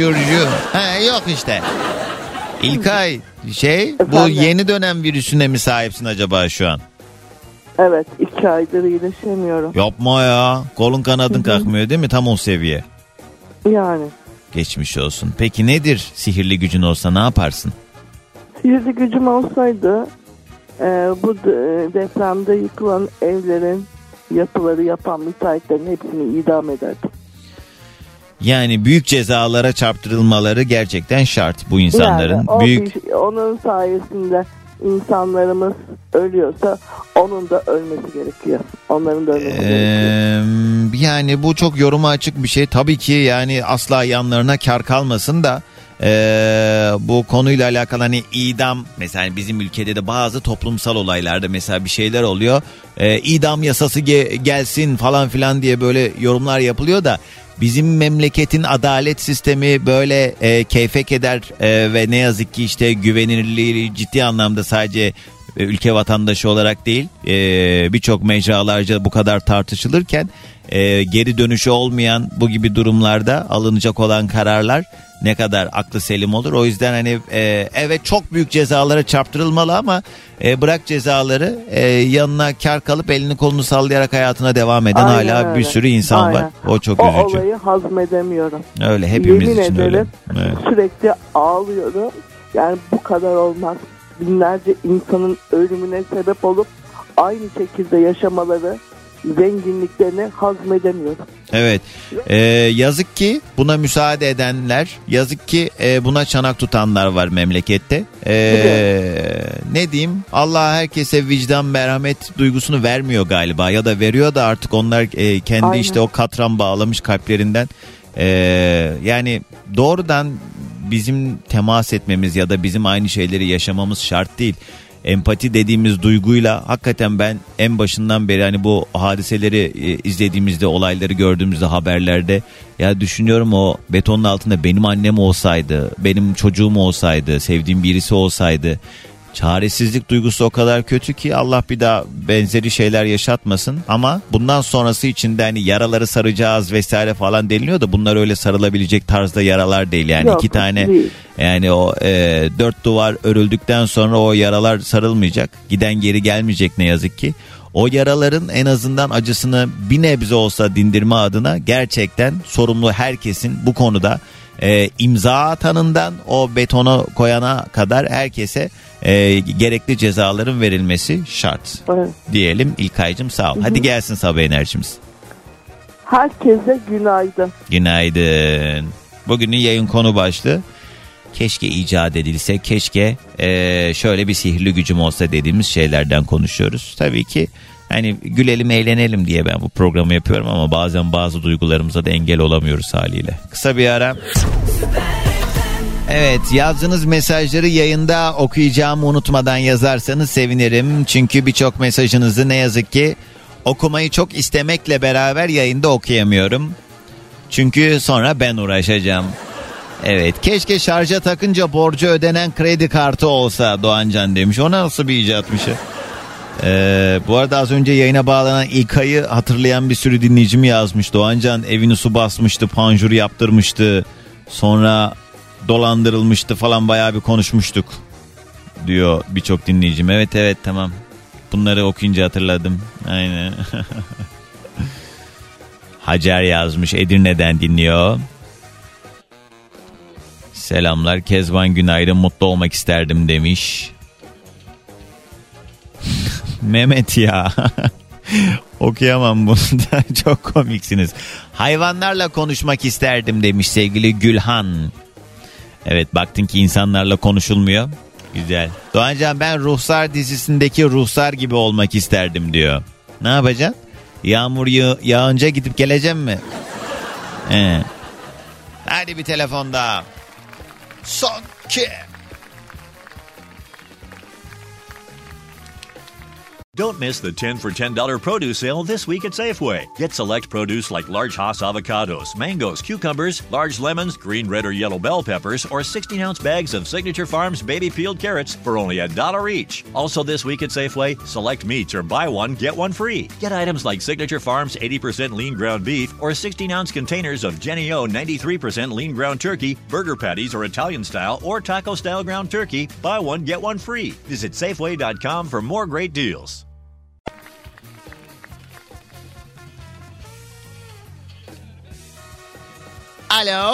Yok işte. İlkay bu yeni dönem virüsüne mi sahipsin acaba şu an? Evet, 2 aydır iyileşemiyorum. Yapma ya. Kolun kanadın kalkmıyor değil mi? Tam o seviye. Yani. Geçmiş olsun. Peki nedir sihirli gücün olsa ne yaparsın? Sihirli gücüm olsaydı bu depremde yıkılan evlerin yapıları yapan müteahhitlerin hepsini idam ederdim. Yani büyük cezalara çarptırılmaları gerçekten şart bu insanların. Yani onun sayesinde insanlarımız ölüyorsa onun da ölmesi gerekiyor. Onların da ölmesi gerekiyor. Yani bu çok yoruma açık bir şey. Tabii ki yani asla yanlarına kar kalmasın da bu konuyla alakalı hani idam mesela bizim ülkede de bazı toplumsal olaylarda mesela bir şeyler oluyor. İdam yasası gelsin falan filan diye böyle yorumlar yapılıyor da bizim memleketin adalet sistemi böyle keyfek eder ve ne yazık ki işte güvenilirliği ciddi anlamda sadece ülke vatandaşı olarak değil birçok mecralarca bu kadar tartışılırken geri dönüşü olmayan bu gibi durumlarda alınacak olan kararlar ne kadar aklı selim olur. O yüzden hani evet çok büyük cezalara çarptırılmalı ama bırak cezaları yanına kar kalıp elini kolunu sallayarak hayatına devam eden hala bir sürü insan var. O çok üzücü. O olayı hazmedemiyorum. Öyle hepimiz yemin için ederim, öyle. Evet. Sürekli ağlıyorum. Yani bu kadar olmaz. Binlerce insanın ölümüne sebep olup aynı şekilde yaşamaları, zenginliklerini hazmedemiyorum. Evet. Yazık ki buna müsaade edenler, yazık ki buna çanak tutanlar var memlekette. Ne diyeyim? Allah herkese vicdan, merhamet duygusunu vermiyor galiba ya da veriyor da artık onlar kendi Aynen. işte o katran bağlamış kalplerinden. Yani doğrudan bizim temas etmemiz ya da bizim aynı şeyleri yaşamamız şart değil. Empati dediğimiz duyguyla hakikaten ben en başından beri hani bu hadiseleri izlediğimizde, olayları gördüğümüzde haberlerde ya düşünüyorum o betonun altında benim annem olsaydı, benim çocuğum olsaydı, sevdiğim birisi olsaydı. Çaresizlik duygusu o kadar kötü ki Allah bir daha benzeri şeyler yaşatmasın ama bundan sonrası için de hani yaraları saracağız vesaire falan deniliyor da bunlar öyle sarılabilecek tarzda yaralar değil yani. Yok, 2 tane değil. yani o 4 duvar örüldükten sonra o yaralar sarılmayacak, giden geri gelmeyecek ne yazık ki. O yaraların en azından acısını bir nebze olsa dindirme adına gerçekten sorumlu herkesin bu konuda imza atanından o betona koyana kadar herkese gerekli cezaların verilmesi şart. Evet. Diyelim İlkay'cığım sağ ol. Hı-hı. Hadi gelsin sabah enerjimiz. Herkese günaydın. Günaydın. Bugünün yayın konu başlığı keşke icat edilse, keşke şöyle bir sihirli gücüm olsa dediğimiz şeylerden konuşuyoruz. Tabii ki hani gülelim eğlenelim diye ben bu programı yapıyorum ama bazen bazı duygularımıza da engel olamıyoruz haliyle. Kısa bir ara. Evet, yazdığınız mesajları yayında okuyacağımı unutmadan yazarsanız sevinirim. Çünkü birçok mesajınızı ne yazık ki okumayı çok istemekle beraber yayında okuyamıyorum. Çünkü sonra ben uğraşacağım. Evet, keşke şarja takınca borcu ödenen kredi kartı olsa Doğancan demiş. O nasıl bir icatmış ya? Bu arada az önce yayına bağlanan İlkay'ı hatırlayan bir sürü dinleyicim yazmış. Doğancan evini su basmıştı, panjur yaptırmıştı. Sonra dolandırılmıştı falan, bayağı bir konuşmuştuk diyor birçok dinleyicim. Evet tamam. Bunları okuyunca hatırladım. Aynen. Hacer yazmış, Edirne'den dinliyor. Selamlar Kezban, günaydın, mutlu olmak isterdim demiş. Mehmet ya. Okuyamam bunu da. Çok komiksiniz. Hayvanlarla konuşmak isterdim demiş sevgili Gülhan. Evet, baktın ki insanlarla konuşulmuyor. Güzel. Doğancan, ben Ruhsar dizisindeki Ruhsar gibi olmak isterdim diyor. Ne yapacaksın? Yağmur yağınca gidip geleceğim mi? Hadi bir telefon daha. Son 2. Don't miss the 10 for $10 produce sale this week at Safeway. Get select produce like large Hass avocados, mangoes, cucumbers, large lemons, green, red, or yellow bell peppers, or 16-ounce bags of Signature Farms baby peeled carrots for only $1 each. Also this week at Safeway, select meats or buy one, get one free. Get items like Signature Farms 80% lean ground beef or 16-ounce containers of Jenny O 93% lean ground turkey, burger patties or Italian style or taco style ground turkey. Buy one, get one free. Visit Safeway.com for more great deals. Alo.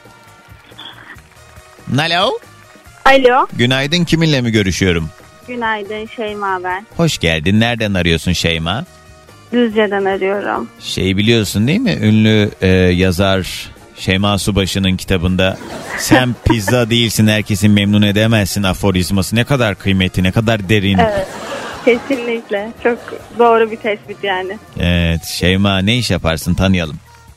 Alo. Alo. Günaydın, kiminle mi görüşüyorum? Günaydın, Şeyma ben. Hoş geldin. Nereden arıyorsun Şeyma? Düzce'den arıyorum. Biliyorsun değil mi? Ünlü yazar Şeyma Subaşı'nın kitabında sen pizza değilsin, herkesi memnun edemezsin aforizması ne kadar kıymetli, ne kadar derin. Evet, kesinlikle. Çok doğru bir tespit yani. Evet, Şeyma ne iş yaparsın, tanıyalım.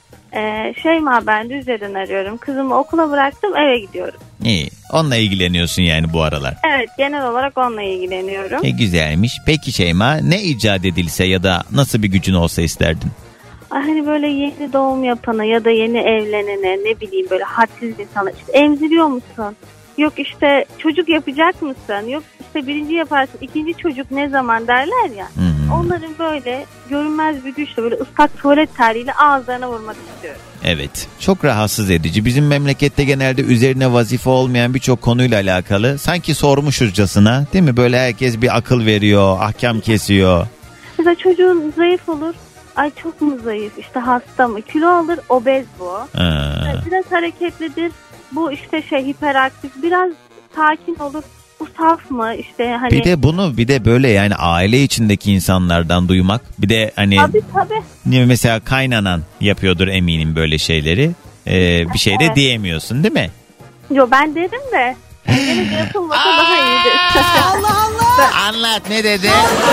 Şeyma ben, Düzce'den arıyorum. Kızımı okula bıraktım, eve gidiyorum. İyi, onunla ilgileniyorsun yani bu aralar. Evet, genel olarak onunla ilgileniyorum. Güzelmiş. Peki Şeyma, ne icat edilse ya da nasıl bir gücün olsa isterdin? Hani böyle yeni doğum yapana ya da yeni evlenene, ne bileyim böyle hadsiz bir sana, işte emziriyor musun? Yok işte çocuk yapacak mısın? Yok işte birinci yaparsın, ikinci çocuk ne zaman derler ya. Onların böyle görünmez bir güçle böyle ıslak tuvalet terliğiyle ağızlarına vurmak istiyorum. Evet, çok rahatsız edici. Bizim memlekette genelde üzerine vazife olmayan birçok konuyla alakalı sanki sormuşuzcasına, değil mi? Böyle herkes bir akıl veriyor, ahkam kesiyor. Mesela çocuğun zayıf olur. Ay çok mu zayıf, işte hasta mı, kilo alır, obez bu. Biraz hareketlidir, bu işte hiperaktif, biraz sakin olur, bu saf mı işte hani. Bir de böyle yani aile içindeki insanlardan duymak, bir de hani tabii. Mesela kaynanan yapıyordur eminim böyle şeyleri, bir şey de diyemiyorsun değil mi? Yo, ben dedim de yine yapılmasa daha iyidir. Allah Allah. Anlat, ne dedi?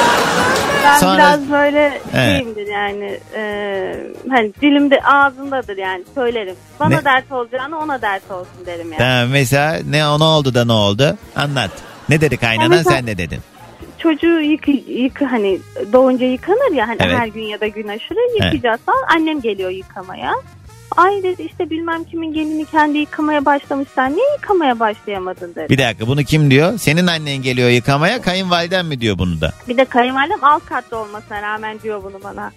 Ben sonra biraz böyle şeyimdir yani, hani dilimde ağzımdadır yani, söylerim. Bana dert olacağını ona dert olsun derim yani. Tamam, mesela ne oldu da ne oldu? Anlat. Ne dedi kaynanan, sen ne dedin? Çocuğu hani doğunca yıkanır ya hani, evet. Her gün ya da gün aşırı yıkayacağız falan. Annem geliyor yıkamaya. Ay dedi, işte bilmem kimin gelini kendi yıkamaya başlamış, sen niye yıkamaya başlayamadın dedi. Bir dakika, bunu kim diyor? Senin annen geliyor yıkamaya, kayınvaliden mi diyor bunu da? Bir de kayınvalidem alt katta olmasına rağmen diyor bunu bana.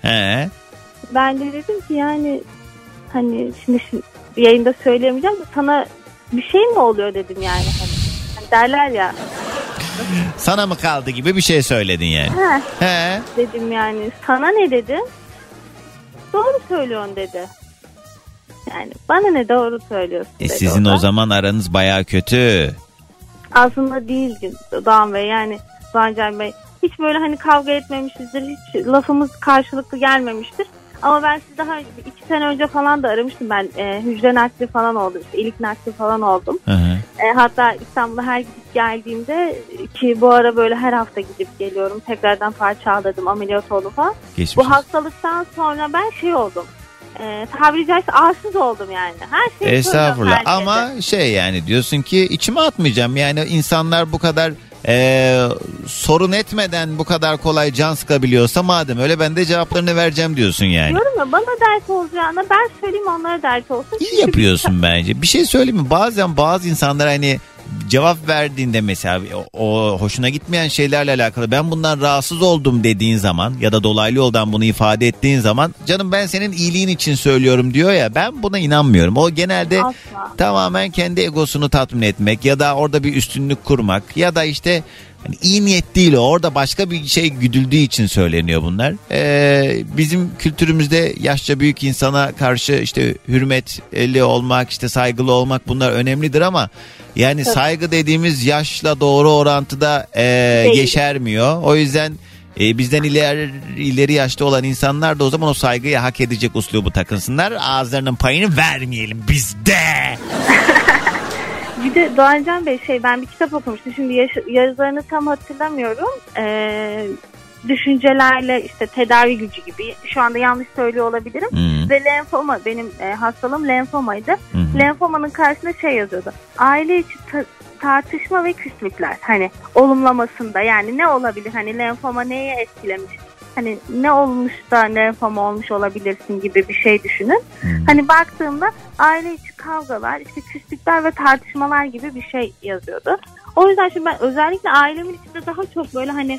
Ben de dedim ki yani hani şimdi yayında söyleyemeyeceğim de sana bir şey mi oluyor dedim yani. Hani derler ya. Sana mı kaldı gibi bir şey söyledin yani. Dedim yani, sana ne dedi? Doğru söylüyorsun dedi. Yani bana ne, doğru söylüyorsun dedi. Sizin o zaman aranız bayağı kötü. Aslında değil Doğan Bey, yani Doğancan Bey. Hiç böyle hani kavga etmemişizdir. Hiç lafımız karşılıklı gelmemiştir. Ama ben sizi daha 2 sene önce falan da aramıştım ben. Hücre nakli falan oldum. İşte ilik nakli falan oldum. Hatta İstanbul'a her gidip geldiğimde, ki bu ara böyle her hafta gidip geliyorum. Tekrardan parça aldırdım, ameliyat oldum falan. Bu hastalıktan sonra ben oldum. Tabiri caizse arsız oldum yani. Her şey. Estağfurullah, ama yani diyorsun ki içime atmayacağım. Yani insanlar bu kadar sorun etmeden bu kadar kolay can sıkabiliyorsa madem öyle, ben de cevaplarını vereceğim diyorsun yani. Diyorum ya, bana dert olacağına ben söyleyeyim, onlara dert olsun. İyi yapıyorsun bence. Bir şey söyleyeyim mi? Bazen bazı insanlar hani cevap verdiğinde mesela o hoşuna gitmeyen şeylerle alakalı, ben bundan rahatsız oldum dediğin zaman ya da dolaylı yoldan bunu ifade ettiğin zaman, canım ben senin iyiliğin için söylüyorum diyor ya, ben buna inanmıyorum. O genelde tamamen kendi egosunu tatmin etmek ya da orada bir üstünlük kurmak ya da işte hani iyi niyet değil, orada başka bir şey güdüldüğü için söyleniyor bunlar. Bizim kültürümüzde yaşça büyük insana karşı işte hürmetli olmak, işte saygılı olmak, bunlar önemlidir ama yani saygı dediğimiz yaşla doğru orantıda yeşermiyor. O yüzden Bizden ileri yaşta olan insanlar da o zaman o saygıyı hak edecek uslubu takınsınlar. Ağızlarının payını vermeyelim biz de. Bir de Doğancan Bey ben bir kitap okumuştum. Şimdi yazarını tam hatırlamıyorum. Düşüncelerle işte tedavi gücü gibi. Şu anda yanlış söylüyor olabilirim. Ve lenfoma, benim hastalığım lenfomaydı. Lenfomanın karşısında yazıyordu. Aile içi tartışma ve küslükler. Hani olumlamasında yani ne olabilir? Hani lenfoma neye etkilemiş? Hani ne olmuş da lenfoma olmuş olabilirsin gibi bir şey düşünün. Hani baktığımda aile içi kavgalar, işte küslükler ve tartışmalar gibi bir şey yazıyordu. O yüzden şimdi ben özellikle ailemin içinde daha çok böyle hani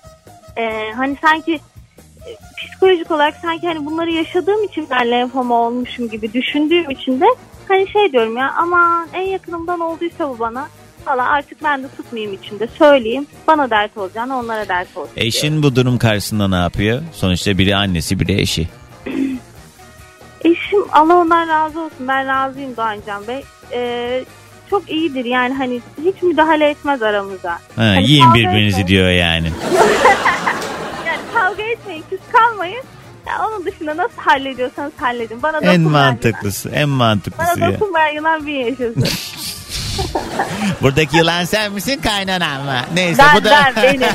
sanki psikolojik olarak sanki hani bunları yaşadığım için ben lenfoma olmuşum gibi düşündüğüm için de hani diyorum ya aman en yakınımdan olduysa bu bana valla artık ben de tutmayayım içinde söyleyeyim. Bana dert olacağını onlara dert olsun. Eşin bu durum karşısında ne yapıyor? Sonuçta biri annesi biri eşi. Eşim Allah ondan razı olsun, ben razıyım Doğancan Bey. Çok iyidir yani hani hiç müdahale etmez aramıza. Hani yiyin birbirinizi diyor yani. Yani kavga etmeyin, küs kalmayın. Ya onun dışında nasıl hallediyorsanız halledin. Bana en mantıklısı, en mantıklısı. Bana dokunmayan yılan bir yaşasın. Buradaki yılan sen misin, kaynanan mı? Neyse bu da. Ben benim.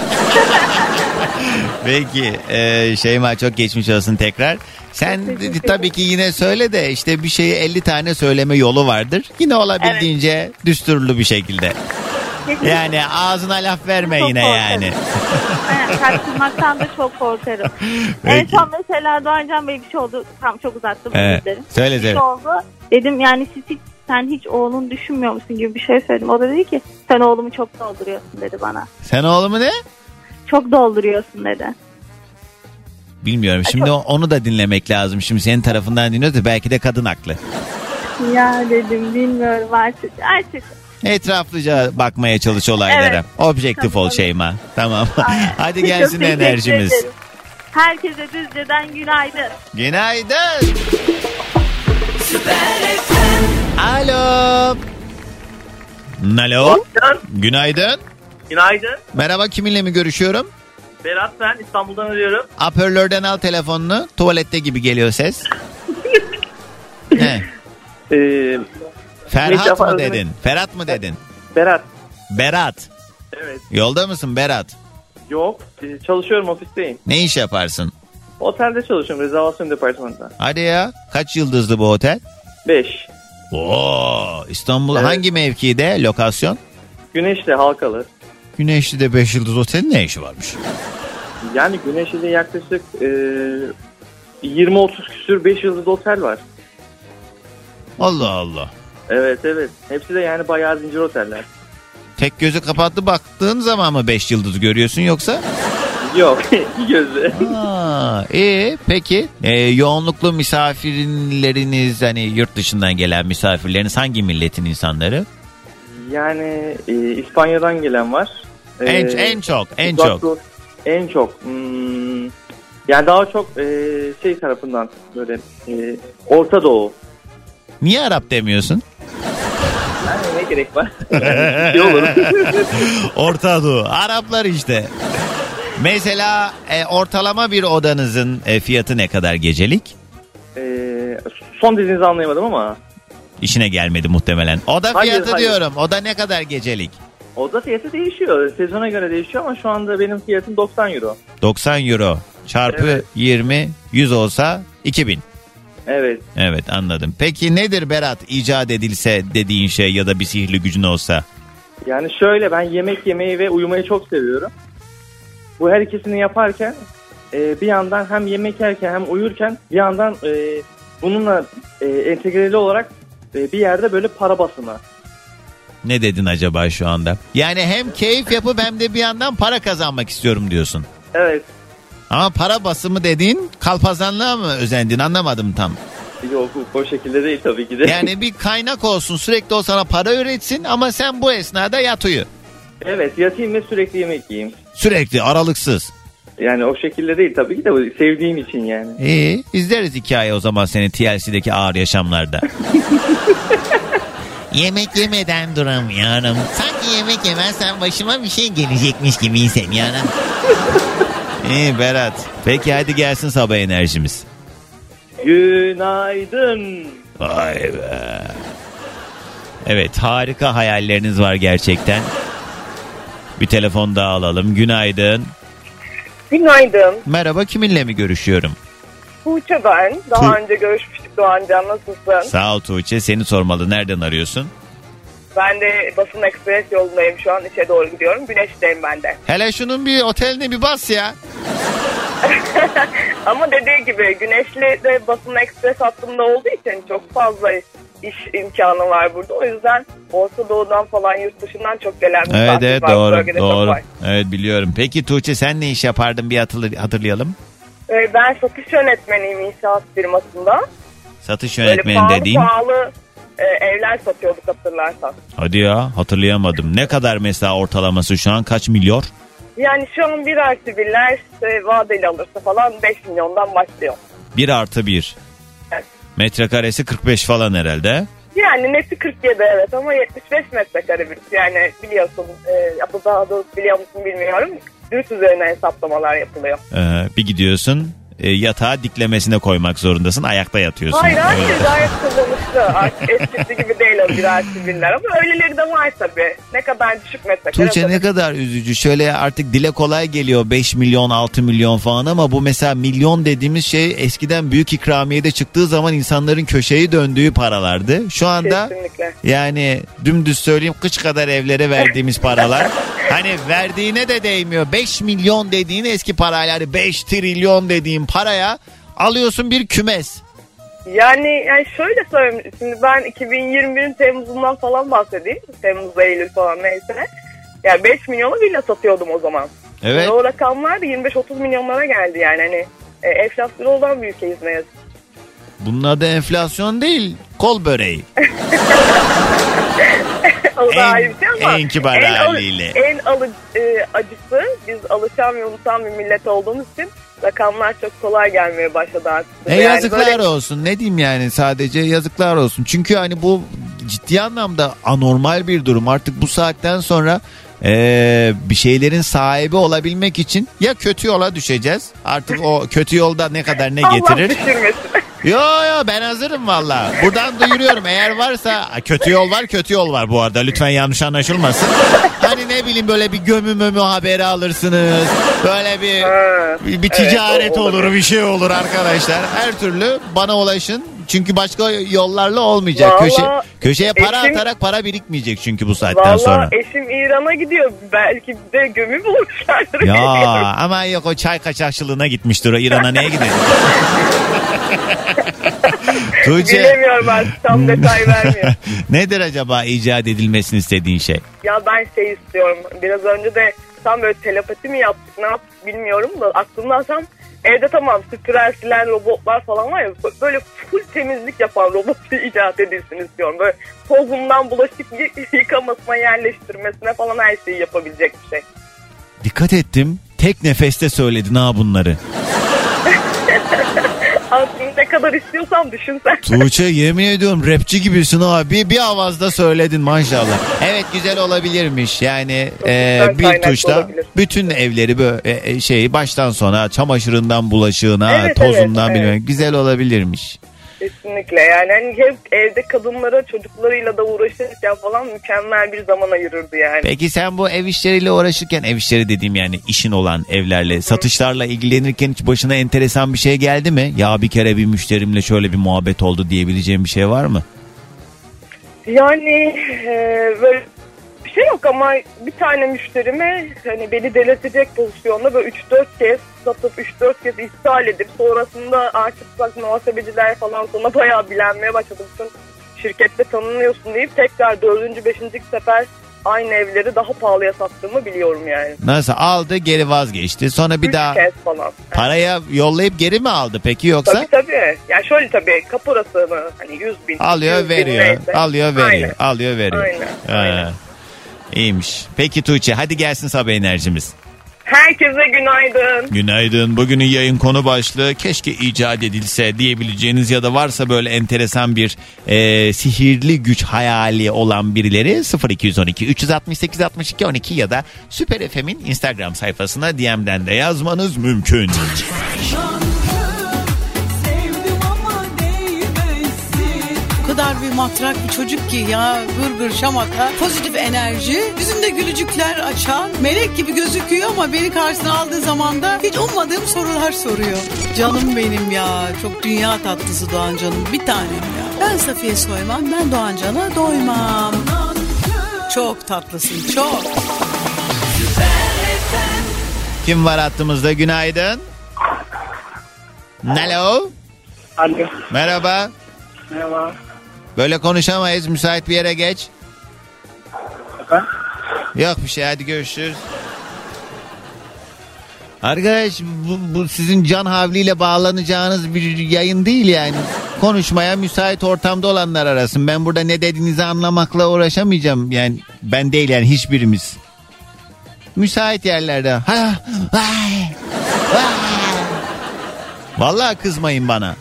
Peki Şeyma çok geçmiş olsun tekrar. Sen tabii ki yine söyle de işte bir şeyi 50 tane söyleme yolu vardır. Yine olabildiğince düsturlu bir şekilde. Yani ağzına laf verme çok yine korkarım. Yani. Tartışmaktan da çok korkarım. En son mesela Doğancan Bey bir şey oldu. Tam çok uzattım. Söyle. Bir şey oldu. Dedim yani sen hiç oğlunu düşünmüyor musun gibi bir şey söyledim. O da dedi ki sen oğlumu çok dolduruyorsun dedi bana. Sen oğlumu ne? Çok dolduruyorsun dedi. Bilmiyorum. Şimdi onu da dinlemek lazım. Şimdi senin tarafından dinliyoruz da belki de kadın haklı. Ya dedim bilmiyorum artık. Etraflıca bakmaya çalış olaylara. Evet. Objektif ol Şeyma. Tamam. Hadi gelsin enerjimiz. Herkese Düzce'den günaydın. Günaydın. Alo. Alo. Günaydın. Günaydın. Merhaba, kiminle mi görüşüyorum? Berat ben, İstanbul'dan arıyorum. Hoparlörden al telefonunu. Tuvalette gibi geliyor ses. Ferhat mı dedin? Ferhat mı dedin? Berat. Evet. Yolda mısın Berat? Yok. Çalışıyorum, ofisteyim. Ne iş yaparsın? Otelde çalışıyorum. Rezervasyon departmanında. Hadi ya. Kaç yıldızlı bu otel? 5. Oo, İstanbul hangi mevkide? Lokasyon? Güneşli, Halkalı. Güneşli'de 5 yıldız otelin ne işi varmış? Yani Güneşli'de yaklaşık 20-30 küsür 5 yıldız otel var. Allah Allah. Evet. Hepsi de yani bayağı zincir oteller. Tek gözü kapattı baktığın zaman mı 5 yıldız görüyorsun yoksa? Yok, iki gözlü. Peki yoğunluklu misafirleriniz, hani yurt dışından gelen misafirleriniz hangi milletin insanları? Yani İspanya'dan gelen var. En çok. Yani daha çok tarafından böyle Orta Doğu. Niye Arap demiyorsun? Yani ne gerek var? Şey olur. Orta Doğu. Araplar işte. Mesela ortalama bir odanızın fiyatı ne kadar gecelik? Son dediğinizi anlayamadım ama. İşine gelmedi muhtemelen. Oda fiyatı diyorum. Oda ne kadar gecelik? Oda fiyatı değişiyor. Sezona göre değişiyor ama şu anda benim fiyatım 90 euro. 90 euro çarpı 20, 100 olsa 2000. Evet anladım. Peki nedir Berat, icat edilse dediğin şey ya da bir sihirli gücün olsa? Yani şöyle, ben yemek yemeyi ve uyumayı çok seviyorum. Bu her ikisini yaparken bir yandan hem yemek yerken hem uyurken bir yandan bununla entegreli olarak bir yerde böyle para basımı. Ne dedin acaba şu anda? Yani hem keyif yapıp hem de bir yandan para kazanmak istiyorum diyorsun. Evet. Ama para basımı dediğin kalpazanlığa mı özendin, anlamadım tam. Yok, o şekilde değil tabii ki de. Yani bir kaynak olsun, sürekli o sana para üretsin ama sen bu esnada yat uyu. Evet, yatayım ve sürekli yemek yiyeyim. Sürekli, aralıksız. Yani o şekilde değil tabii ki de, sevdiğim için yani. İyi, izleriz hikaye o zaman seni TLC'deki ağır yaşamlarda. Yemek yemeden duramıyorum. Sanki yemek yemezsen başıma bir şey gelecekmiş gibi hissediyorum. İyi Berat. Peki hadi gelsin sabah enerjimiz. Günaydın. Vay be. Evet, harika hayalleriniz var gerçekten. Bir telefon daha alalım. Günaydın. Günaydın. Merhaba, kiminle mi görüşüyorum? Tuğçe ben. Daha önce görüşmüştük Doğancan, nasılsın? Sağ ol Tuğçe, seni sormalı. Nereden arıyorsun? Ben de Basın Ekspres yolundayım şu an, işe doğru gidiyorum. Güneş'teyim ben de. Hele şunun bir oteline bir bas ya. Ama dediği gibi Güneşli de Basın Ekspres hattında olduğu için çok fazla iş imkanı var burada. O yüzden Orta Doğu'dan falan, yurt dışından çok gelen misafir evet, var. Doğru. Evet, biliyorum. Peki Tuğçe, sen ne iş yapardın, bir hatırlayalım. Ben satış yönetmeniyim inşaat firmasında. Satış yönetmeni dediğin? Pahalı evler satıyorduk, hatırlarsan. Hadi ya, hatırlayamadım. Ne kadar mesela ortalaması şu an, kaç milyon? Yani şu an 1+1'ler vadeli alırsa falan 5 milyondan başlıyor. 1+1. Evet. Metrekaresi 45 falan herhalde. Yani neti 47 evet, ama 75 metrekare bir. Yani biliyorsun, daha doğrusu biliyor musun bilmiyorum. Dürüst üzerine hesaplamalar yapılıyor. Bir gidiyorsun, yatağı diklemesine koymak zorundasın, ayakta yatıyorsun. Hayır gayet kullanışlı. Artık eskisi gibi değil o 1+1'ler, ama öyleleri de var tabii. Ne kadar düşük metrekare. Tuğçe, ne kadar üzücü. Şöyle artık dile kolay geliyor 5 milyon 6 milyon falan, ama bu mesela milyon dediğimiz şey eskiden büyük ikramiyede çıktığı zaman insanların köşeyi döndüğü paralardı. Şu anda kesinlikle. Yani dümdüz söyleyeyim, kıç kadar evlere verdiğimiz paralar. Hani verdiğine de değmiyor. 5 milyon dediğin eski parayla 5 trilyon dediğin paraya alıyorsun bir kümes. Yani şöyle söyleyeyim. Şimdi ben 2021'in Temmuz'undan falan bahsedeyim. Temmuz, Eylül falan neyse. Yani 5 milyona villa satıyordum o zaman. Evet. O rakamlar da 25-30 milyonlara geldi yani. Hani enflasyonu olan bir ülkeyiz ne yazık. Bunun adı enflasyon değil, kol böreği. O da ayrı bir şey ama en kibar haliyle. En acısı, biz alışan ve unutan bir millet olduğumuz için rakamlar çok kolay gelmeye başladı artık. Yani yazıklar böyle olsun, ne diyeyim yani, sadece yazıklar olsun. Çünkü hani bu ciddi anlamda anormal bir durum. Artık bu saatten sonra bir şeylerin sahibi olabilmek için ya kötü yola düşeceğiz. Artık o kötü yolda ne kadar ne getirir. Allah düşürmesin. Yo ben hazırım valla. Buradan duyuruyorum, eğer varsa kötü yol var bu arada, lütfen yanlış anlaşılmasın. Hani ne bileyim, böyle bir gömü haberi alırsınız. Böyle bir ticaret olur, bir şey olur arkadaşlar. Her türlü bana ulaşın. Çünkü başka yollarla olmayacak. Köşeye para atarak para birikmeyecek çünkü bu saatten sonra. Valla eşim İran'a gidiyor. Belki de gömü bulmuşlardır. Ya ama yok, o çay kaçakçılığına gitmiştir o. İran'a neye gidiyor? Tuğçe, bilemiyorum, ben tam detay vermiyorum. Nedir acaba icat edilmesini istediğin şey? Ya ben istiyorum. Biraz önce de tam böyle telepati mi yaptık, ne yaptık bilmiyorum da aklımdan tam evde tamam süpüren silen robotlar falan var ya, böyle full temizlik yapan robotu icat edilsin istiyorum. Böyle tozundan bulaşık yıkamasına, yerleştirmesine falan her şeyi yapabilecek bir şey. Dikkat ettim, tek nefeste söyledin ha bunları. Aslında ne kadar istiyorsam düşünsen. Tuğçe, yemin ediyorum rapçi gibisin abi. Bir avazda söyledin maşallah. Evet, güzel olabilirmiş. Yani bir tuşta olabilir. Bütün evleri böyle baştan sona, çamaşırından bulaşığına, tozundan evet. Bilmem, güzel olabilirmiş. Kesinlikle, yani hani hep evde kadınlara, çocuklarıyla da uğraşırken falan mükemmel bir zaman ayırırdı yani. Peki sen bu ev işleriyle uğraşırken, ev işleri dediğim yani işin olan evlerle, satışlarla ilgilenirken hiç başına enteresan bir şey geldi mi? Ya bir kere bir müşterimle şöyle bir muhabbet oldu diyebileceğim bir şey var mı? Yani böyle bir şey yok ama bir tane müşterime hani beni delirtecek pozisyonda böyle 3-4 kez satıp 3-4 kez iptal edip sonrasında artık bak muhasebeciler falan sana bayağı bilenmeye başladı. Bütün şirkette tanınıyorsun deyip tekrar 4. 5. sefer aynı evleri daha pahalıya sattığımı biliyorum yani. Nasıl aldı, geri vazgeçti, sonra bir 3 daha kez falan. Paraya yollayıp geri mi aldı peki yoksa? Tabii. Yani şöyle tabii kaporasını hani 100.000 alıyor veriyor, neyse. Alıyor veriyor, Aynen. alıyor veriyor. Aynen. İyiymiş. Peki Tuğçe, hadi gelsin sabah enerjimiz. Herkese günaydın. Günaydın. Bugünün yayın konu başlığı keşke icat edilse diyebileceğiniz ya da varsa böyle enteresan bir sihirli güç hayali olan birileri 0212 368 62 12 ya da Süper FM'in Instagram sayfasına DM'den de yazmanız mümkün. O kadar bir matrak bir çocuk ki ya, gırgır şamata, pozitif enerji, yüzünde gülücükler açan, melek gibi gözüküyor ama beni karşısına aldığı zaman da hiç ummadığım sorular soruyor. Canım benim ya, çok dünya tatlısı Doğan Can'ım, bir tanem ya. Ben Safiye Soyman, ben Doğan Can'a doymam. Çok tatlısın, çok. Kim var hattımızda? Günaydın. Alo. Alo. Merhaba. Merhaba. Böyle konuşamayız. Müsait bir yere geç. Efendim? Yok bir şey, hadi görüşürüz. Arkadaş bu sizin can havliyle bağlanacağınız bir yayın değil yani. Konuşmaya müsait ortamda olanlar arasın. Ben burada ne dediğinizi anlamakla uğraşamayacağım. Yani ben değil yani, hiçbirimiz. Müsait yerlerde. Vallahi kızmayın bana.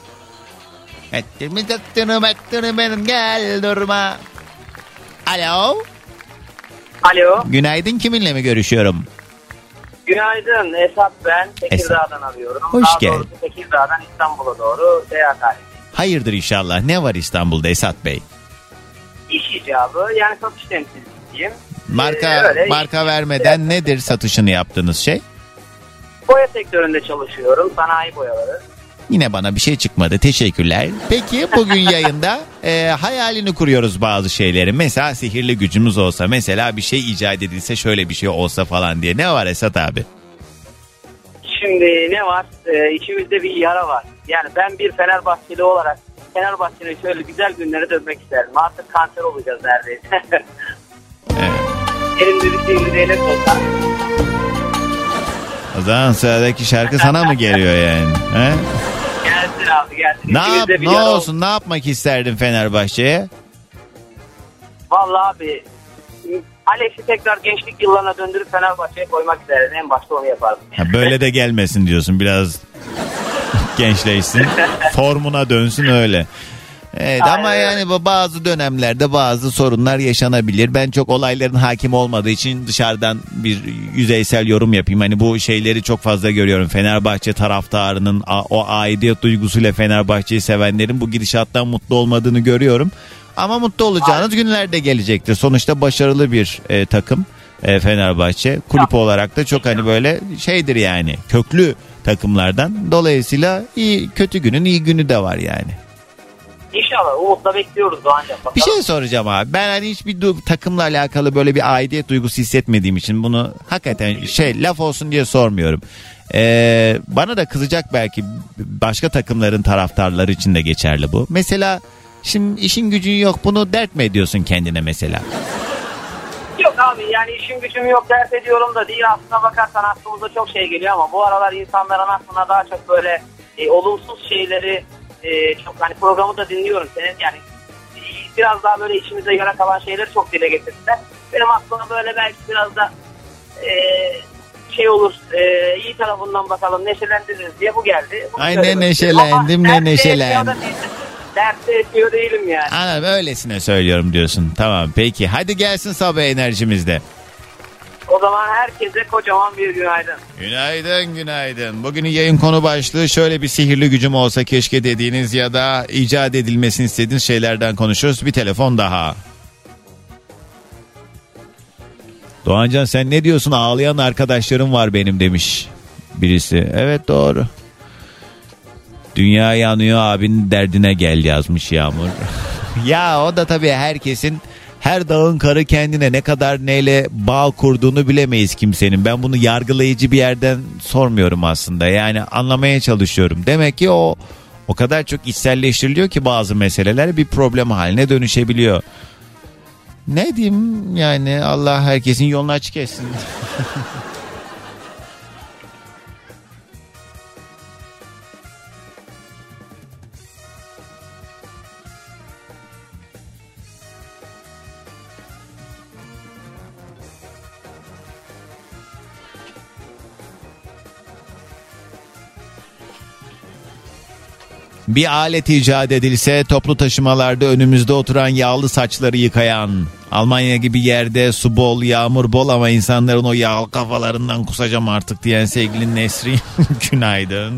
Gel durma. Alo. Alo. Günaydın, kiminle mi görüşüyorum? Günaydın, Esat ben. Tekirdağ'dan arıyorum. Hoş Daha geldin. doğrusu Tekirdağ'dan İstanbul'a doğru seyahat halindeyim. Hayırdır inşallah. Ne var İstanbul'da Esat Bey? İş icabı, yani satış temsilcisiyim. Marka vermeden nedir satışını yaptığınız şey? Boya sektöründe çalışıyorum. Sanayi boyaları. Yine bana bir şey çıkmadı. Teşekkürler. Peki bugün yayında hayalini kuruyoruz bazı şeyleri. Mesela sihirli gücümüz olsa, mesela bir şey icat edilse, şöyle bir şey olsa falan diye. Ne var Esat abi? Şimdi ne var? İçimizde bir yara var. Yani ben bir Fenerbahçeli olarak Fenerbahçe'nin şöyle güzel günlere dönmek isterim. Artık kanser olacağız neredeyse. Elimde bir sihirli değnek olsa. O zaman sıradaki şarkı sana mı geliyor yani? He? Gelsin abi gelsin. Ne olsun, ne yapmak isterdin Fenerbahçe'ye? Vallahi abi Alex'i tekrar gençlik yıllarına döndürüp Fenerbahçe'ye koymak isterdim. En başta onu yapardım. Böyle de gelmesin diyorsun, biraz gençleşsin, formuna dönsün öyle. Evet, aynen. Ama yani bazı dönemlerde bazı sorunlar yaşanabilir. Ben çok olayların hakim olmadığı için dışarıdan bir yüzeysel yorum yapayım. Hani bu şeyleri çok fazla görüyorum. Fenerbahçe taraftarının o aidiyet duygusuyla Fenerbahçe'yi sevenlerin bu gidişattan mutlu olmadığını görüyorum. Ama mutlu olacağınız günler de gelecektir. Sonuçta başarılı bir takım Fenerbahçe. Kulüp olarak da çok hani böyle şeydir yani, köklü takımlardan. Dolayısıyla kötü günün iyi günü de var yani. İnşallah umutla bekliyoruz Doğancan. Bakalım. Bir şey soracağım abi. Ben hani hiçbir takımla alakalı böyle bir aidiyet duygusu hissetmediğim için bunu hakikaten laf olsun diye sormuyorum. Bana da kızacak belki, başka takımların taraftarları için de geçerli bu. Mesela şimdi işin gücün yok, bunu dert mi ediyorsun kendine mesela? Yok abi, yani işim gücüm yok dert ediyorum da değil. Aslına bakarsan aklımıza çok şey geliyor ama bu aralar insanların aklına daha çok böyle olumsuz şeyleri çok, hani programı da dinliyorum senin, yani biraz daha böyle içimize yara kalan şeyleri çok dile getirdiler. Benim aklıma böyle belki biraz da şey olur, iyi tarafından bakalım, neşelendiririz diye bu geldi. Ay ne neşelendim, ne neşelendim. Dertte etmiyor değilim yani. Anladım, öylesine söylüyorum diyorsun. Tamam peki, hadi gelsin sabah enerjimizde. O zaman herkese kocaman bir günaydın. Günaydın, günaydın. Bugünün yayın konu başlığı şöyle: bir sihirli gücüm olsa keşke dediğiniz ya da icat edilmesini istediğiniz şeylerden konuşuyoruz. Bir telefon daha. Doğancan sen ne diyorsun? Ağlayan arkadaşlarım var benim demiş birisi. Evet, doğru. Dünya yanıyor, abinin derdine gel yazmış Yağmur. Ya o da tabii herkesin, her dağın karı kendine, ne kadar neyle bağ kurduğunu bilemeyiz kimsenin. Ben bunu yargılayıcı bir yerden sormuyorum aslında. Yani anlamaya çalışıyorum. Demek ki o kadar çok içselleştiriliyor ki bazı meseleler bir problem haline dönüşebiliyor. Ne diyeyim yani, Allah herkesin yolunu açık etsin. Bir alet icat edilse toplu taşımalarda önümüzde oturan yağlı saçları yıkayan, Almanya gibi yerde su bol, yağmur bol ama insanların o yağlı kafalarından kusacağım artık diyen sevgili Nesrin. Günaydın.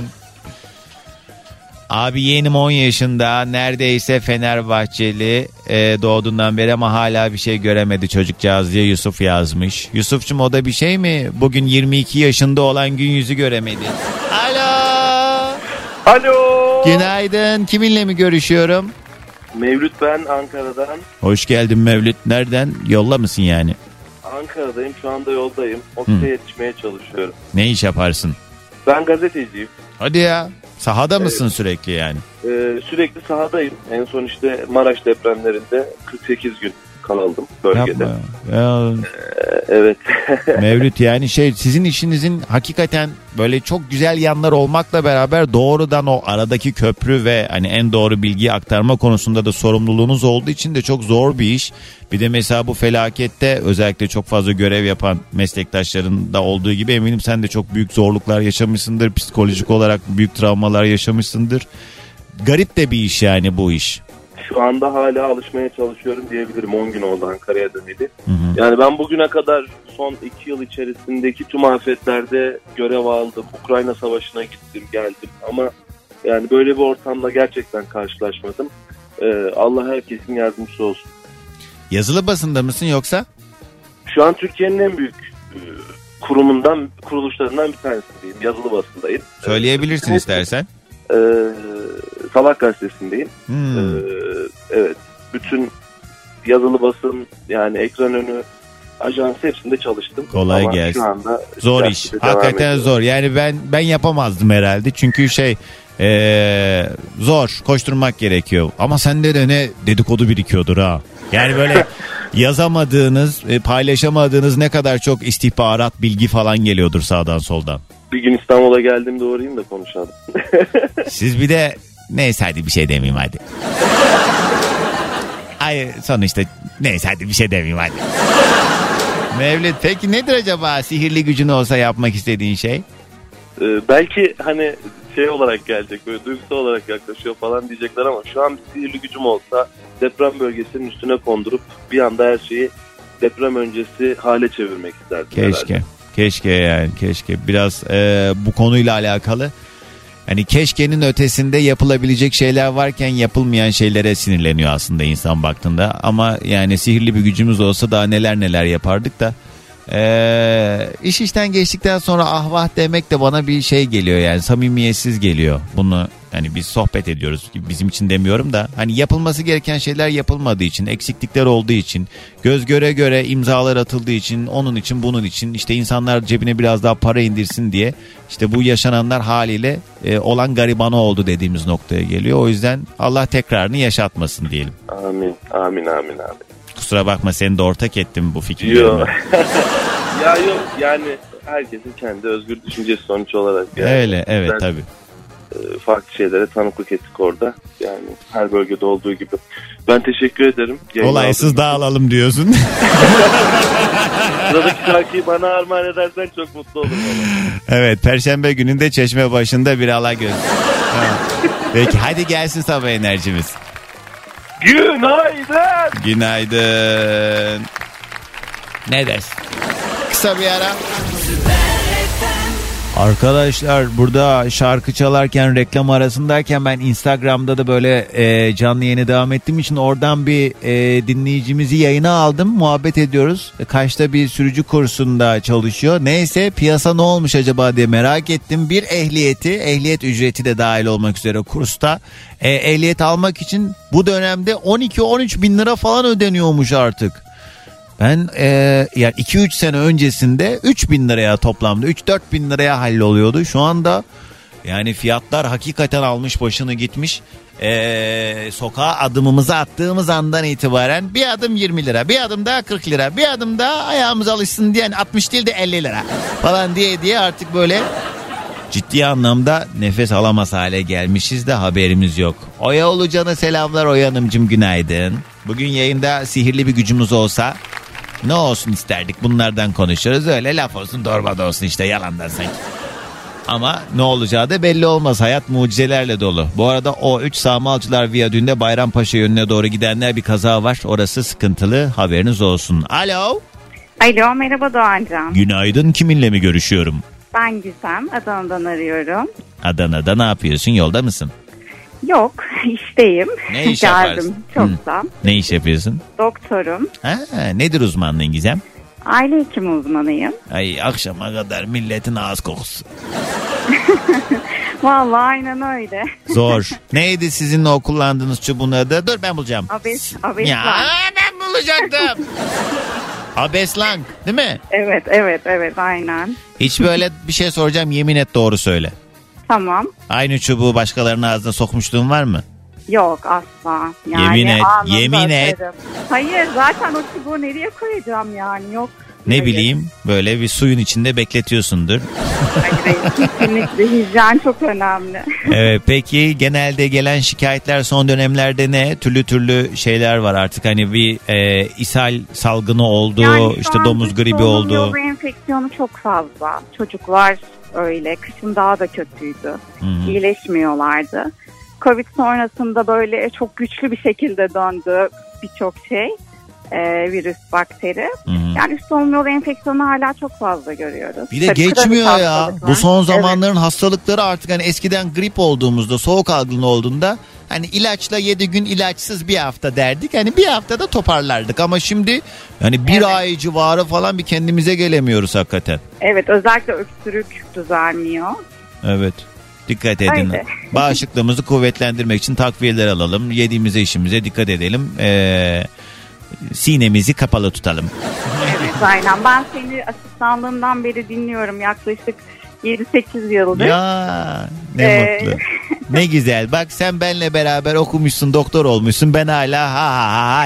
Abi yeğenim 10 yaşında, neredeyse Fenerbahçeli, doğduğundan beri ama hala bir şey göremedi çocukcağız diye Yusuf yazmış. Yusuf'cum o da bir şey mi? Bugün 22 yaşında olan gün yüzü göremedi. Alo. Alo. Günaydın. Kiminle mi görüşüyorum? Mevlüt ben, Ankara'dan. Hoş geldin Mevlüt. Nereden? Yolla mısın yani? Ankara'dayım, şu anda yoldayım. Ofise yetişmeye çalışıyorum. Ne iş yaparsın? Ben gazeteciyim. Hadi ya. Sahada mısın sürekli yani? Sürekli sahadayım. En son işte Maraş depremlerinde 48 gün kaldım bölgede. Yapma ya. Evet. Mevlüt yani sizin işinizin hakikaten böyle çok güzel yanlar olmakla beraber doğrudan o aradaki köprü ve hani en doğru bilgiyi aktarma konusunda da sorumluluğunuz olduğu için de çok zor bir iş. Bir de mesela bu felakette özellikle çok fazla görev yapan meslektaşların da olduğu gibi eminim sen de çok büyük zorluklar yaşamışsındır. Psikolojik olarak büyük travmalar yaşamışsındır. Garip de bir iş yani bu iş. Şu anda hala alışmaya çalışıyorum diyebilirim. 10 gün oldu Ankara'ya döneli. Yani ben bugüne kadar son 2 yıl içerisindeki tüm afetlerde görev aldım. Ukrayna Savaşı'na gittim, geldim. Ama yani böyle bir ortamda gerçekten karşılaşmadım. Allah herkesin yardımcısı olsun. Yazılı basında mısın yoksa? Şu an Türkiye'nin en büyük kuruluşlarından bir tanesindeyim. Yazılı basındayım. Söyleyebilirsin istersen. Sabah gazetesindeyim. Evet. Bütün yazılı basın yani ekran önü ajans hepsinde çalıştım. Kolay ama gelsin. Şu anda zor iş. Hakikaten zor. Yani ben yapamazdım herhalde. Çünkü zor. Koşturmak gerekiyor. Ama sende de ne dedikodu birikiyordur ha. Yani böyle yazamadığınız, paylaşamadığınız ne kadar çok istihbarat, bilgi falan geliyordur sağdan soldan. Bir gün İstanbul'a geldiğimde uğrayayım da konuşalım. Siz bir de neyse hadi bir şey demeyeyim hadi. Ay sonuçta neyse hadi bir şey demeyeyim hadi. Mevlüt peki nedir acaba sihirli gücün olsa yapmak istediğin şey? Belki hani olarak gelecek böyle duygusal olarak yaklaşıyor falan diyecekler ama şu an bir sihirli gücüm olsa deprem bölgesinin üstüne kondurup bir anda her şeyi deprem öncesi hale çevirmek isterdim. Keşke. Herhalde. Keşke yani keşke biraz bu konuyla alakalı hani keşkenin ötesinde yapılabilecek şeyler varken yapılmayan şeylere sinirleniyor aslında insan baktığında ama yani sihirli bir gücümüz olsa daha neler yapardık da iş işten geçtikten sonra ah vah demek de bana bir şey geliyor yani samimiyetsiz geliyor bunu hani biz sohbet ediyoruz bizim için demiyorum da hani yapılması gereken şeyler yapılmadığı için eksiklikler olduğu için göz göre imzalar atıldığı için onun için bunun için işte insanlar cebine biraz daha para indirsin diye işte bu yaşananlar haliyle olan garibana oldu dediğimiz noktaya geliyor o yüzden Allah tekrarını yaşatmasın diyelim. Amin. Kusura bakma seni de ortak ettim bu fikirlerime. Yok. Ya yok yani herkesin kendi özgür düşüncesi sonuç olarak. Yani. Öyle evet tabii. Farklı şeylere tanıklık ettik orada. Yani her bölgede olduğu gibi. Ben teşekkür ederim. Olaysız dağılalım diyorsun. Sıradaki şarkıyı bana armağan edersen çok mutlu olurum. Evet Perşembe gününde Çeşme başında bir Alagöz. Peki hadi gelsin sabah enerjimiz. Günaydın. Ne dersin? Kısa bir ara. Arkadaşlar burada şarkı çalarken reklam arasındayken ben Instagram'da da böyle canlı yayına devam ettiğim için oradan bir dinleyicimizi yayına aldım. Muhabbet ediyoruz. Kaş'ta bir sürücü kursunda çalışıyor. Neyse piyasa ne olmuş acaba diye merak ettim. Bir ehliyet ücreti de dahil olmak üzere kursta. Ehliyet almak için bu dönemde 12-13 bin lira falan ödeniyormuş artık. Ben yani 2-3 sene öncesinde 3 bin liraya toplamda 3-4 bin liraya halloluyordu. Şu anda yani fiyatlar hakikaten almış başını gitmiş. Sokağa adımımızı attığımız andan itibaren bir adım 20 lira, bir adım daha 40 lira, bir adım daha ayağımız alışsın diye 60 değil de 50 lira falan diye artık böyle ciddi anlamda nefes alamaz hale gelmişiz de haberimiz yok. Oya Ulucan'a selamlar Oya Hanımcığım günaydın. Bugün yayında sihirli bir gücümüz olsa ne olsun isterdik bunlardan konuşuyoruz öyle laf olsun torba da olsun işte yalandan sanki. Ama ne olacağı da belli olmaz. Hayat mucizelerle dolu. Bu arada O3 Sağmalcılar Viyadüğü'nde Bayrampaşa yönüne doğru gidenler bir kaza var. Orası sıkıntılı. Haberiniz olsun. Alo. Alo, merhaba Doğancan. Günaydın. Kiminle mi görüşüyorum? Ben Gizem. Adana'dan arıyorum. Adana'da ne yapıyorsun? Yolda mısın? Yok, işteyim. Ne iş Geldim yaparsın? çoktan. Ne iş yapıyorsun? Doktorum. Ha, nedir uzmanlığın Gizem? Aile hekimi uzmanıyım. Ay, akşama kadar milletin ağız kokusu. Vallahi aynen öyle. Zor. Neydi sizinle o kullandığınız çubuğun adı? Dur ben bulacağım. Abeslang. Ya ben bulacaktım. Abeslang değil mi? Evet aynen. Hiç böyle bir şey soracağım, yemin et doğru söyle. Tamam. Aynı çubuğu başkalarının ağzına sokmuşluğun var mı? Yok asla. Yani Yemin et, anında yemin et. atarım. Hayır zaten o çubuğu nereye koyacağım yani yok. Ne bileyim, böyle bir suyun içinde bekletiyorsundur. Hayır, kesinlikle hijyen çok önemli. Evet, peki genelde gelen şikayetler son dönemlerde ne? Türlü şeyler var artık, hani bir ishal salgını oldu, Yani işte domuz gribi oldu. Solunum yolu enfeksiyonu çok fazla. Çocuklar öyle. Kışın daha da kötüydü. İyileşmiyorlardı. Covid sonrasında böyle çok güçlü bir şekilde döndü birçok şey. Virüs, bakteri. Yani üst solunum yolu enfeksiyonu hala çok fazla görüyoruz. Bir de Tabii geçmiyor ya. hastalıklar. Bu son zamanların hastalıkları artık, hani eskiden grip olduğumuzda, soğuk algını olduğunda hani ilaçla 7 gün, ilaçsız bir hafta derdik. Hani bir haftada toparlardık ama şimdi hani bir ay civarı falan bir kendimize gelemiyoruz hakikaten. Evet, özellikle öksürük düzelmiyor. Evet. Dikkat edin. Öyle. Bağışıklığımızı kuvvetlendirmek için takviyeler alalım. Yediğimize, işimize dikkat edelim. Sinemizi kapalı tutalım. Evet aynen. Ben seni asistanlığından beri dinliyorum. Yaklaşık 7-8 yıldır. Ya ne mutlu. Ne güzel. Bak sen benle beraber okumuşsun, doktor olmuşsun. Ben hala ha.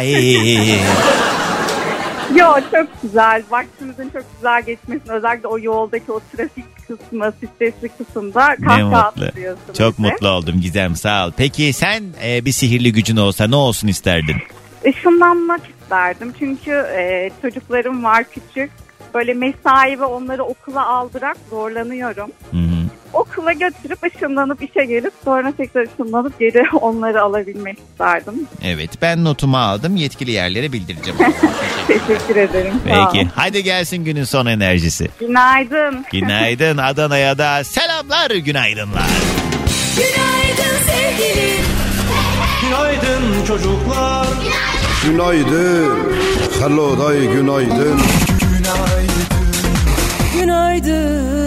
Yo, çok güzel. Vaktimizin çok güzel geçmesini, özellikle o yoldaki o trafik kısmı, stresli kısımda kahkaha atıyorsunuz. Çok mutlu oldum Gizem, sağ ol. Peki sen bir sihirli gücün olsa ne olsun isterdin? Işınlanmak isterdim. Çünkü çocuklarım var küçük. Böyle mesai ve onları okula aldırak zorlanıyorum. Okula götürüp ışınlanıp işe gelip sonra tekrar ışınlanıp geri onları alabilmek isterdim. Evet, ben notumu aldım, yetkili yerlere bildireceğim. Teşekkür ederim. Peki hadi gelsin günün son enerjisi. Günaydın. Günaydın, Adana'ya da selamlar, günaydınlar. Günaydın sevgilim. Günaydın çocuklar. Günaydın. Hello day günaydın. Günaydın.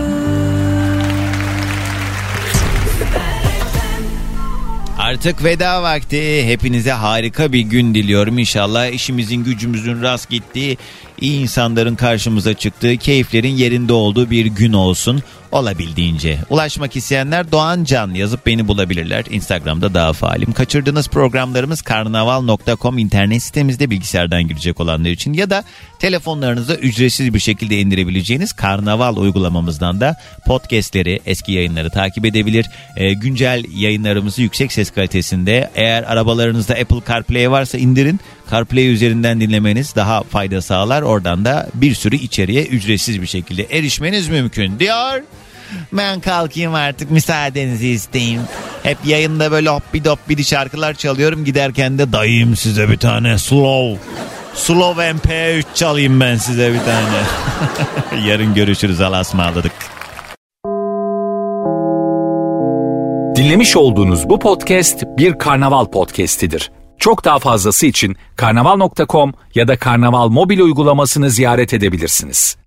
Artık veda vakti. Hepinize harika bir gün diliyorum. İnşallah işimizin, gücümüzün rast gittiği, iyi insanların karşımıza çıktığı, keyiflerin yerinde olduğu bir gün olsun. Olabildiğince. Ulaşmak isteyenler Doğan Can yazıp beni bulabilirler. Instagram'da daha faalim. Kaçırdığınız programlarımız karnaval.com internet sitemizde, bilgisayardan girecek olanlar için, ya da telefonlarınıza ücretsiz bir şekilde indirebileceğiniz Karnaval uygulamamızdan da podcastleri, eski yayınları takip edebilir. Güncel yayınlarımızı yüksek ses kalitesinde, eğer arabalarınızda Apple CarPlay varsa indirin. CarPlay üzerinden dinlemeniz daha fayda sağlar. Oradan da bir sürü içeriğe ücretsiz bir şekilde erişmeniz mümkün diyor. Ben kalkayım artık, müsaadenizi isteyeyim. Hep yayında böyle hoppidi şarkılar çalıyorum. Giderken de dayayım size bir tane slow MP3 çalayım ben size bir tane. Yarın görüşürüz, Allah'a ısmarladık. Dinlemiş olduğunuz bu podcast bir Karnaval podcastidir. Çok daha fazlası için karnaval.com ya da Karnaval mobil uygulamasını ziyaret edebilirsiniz.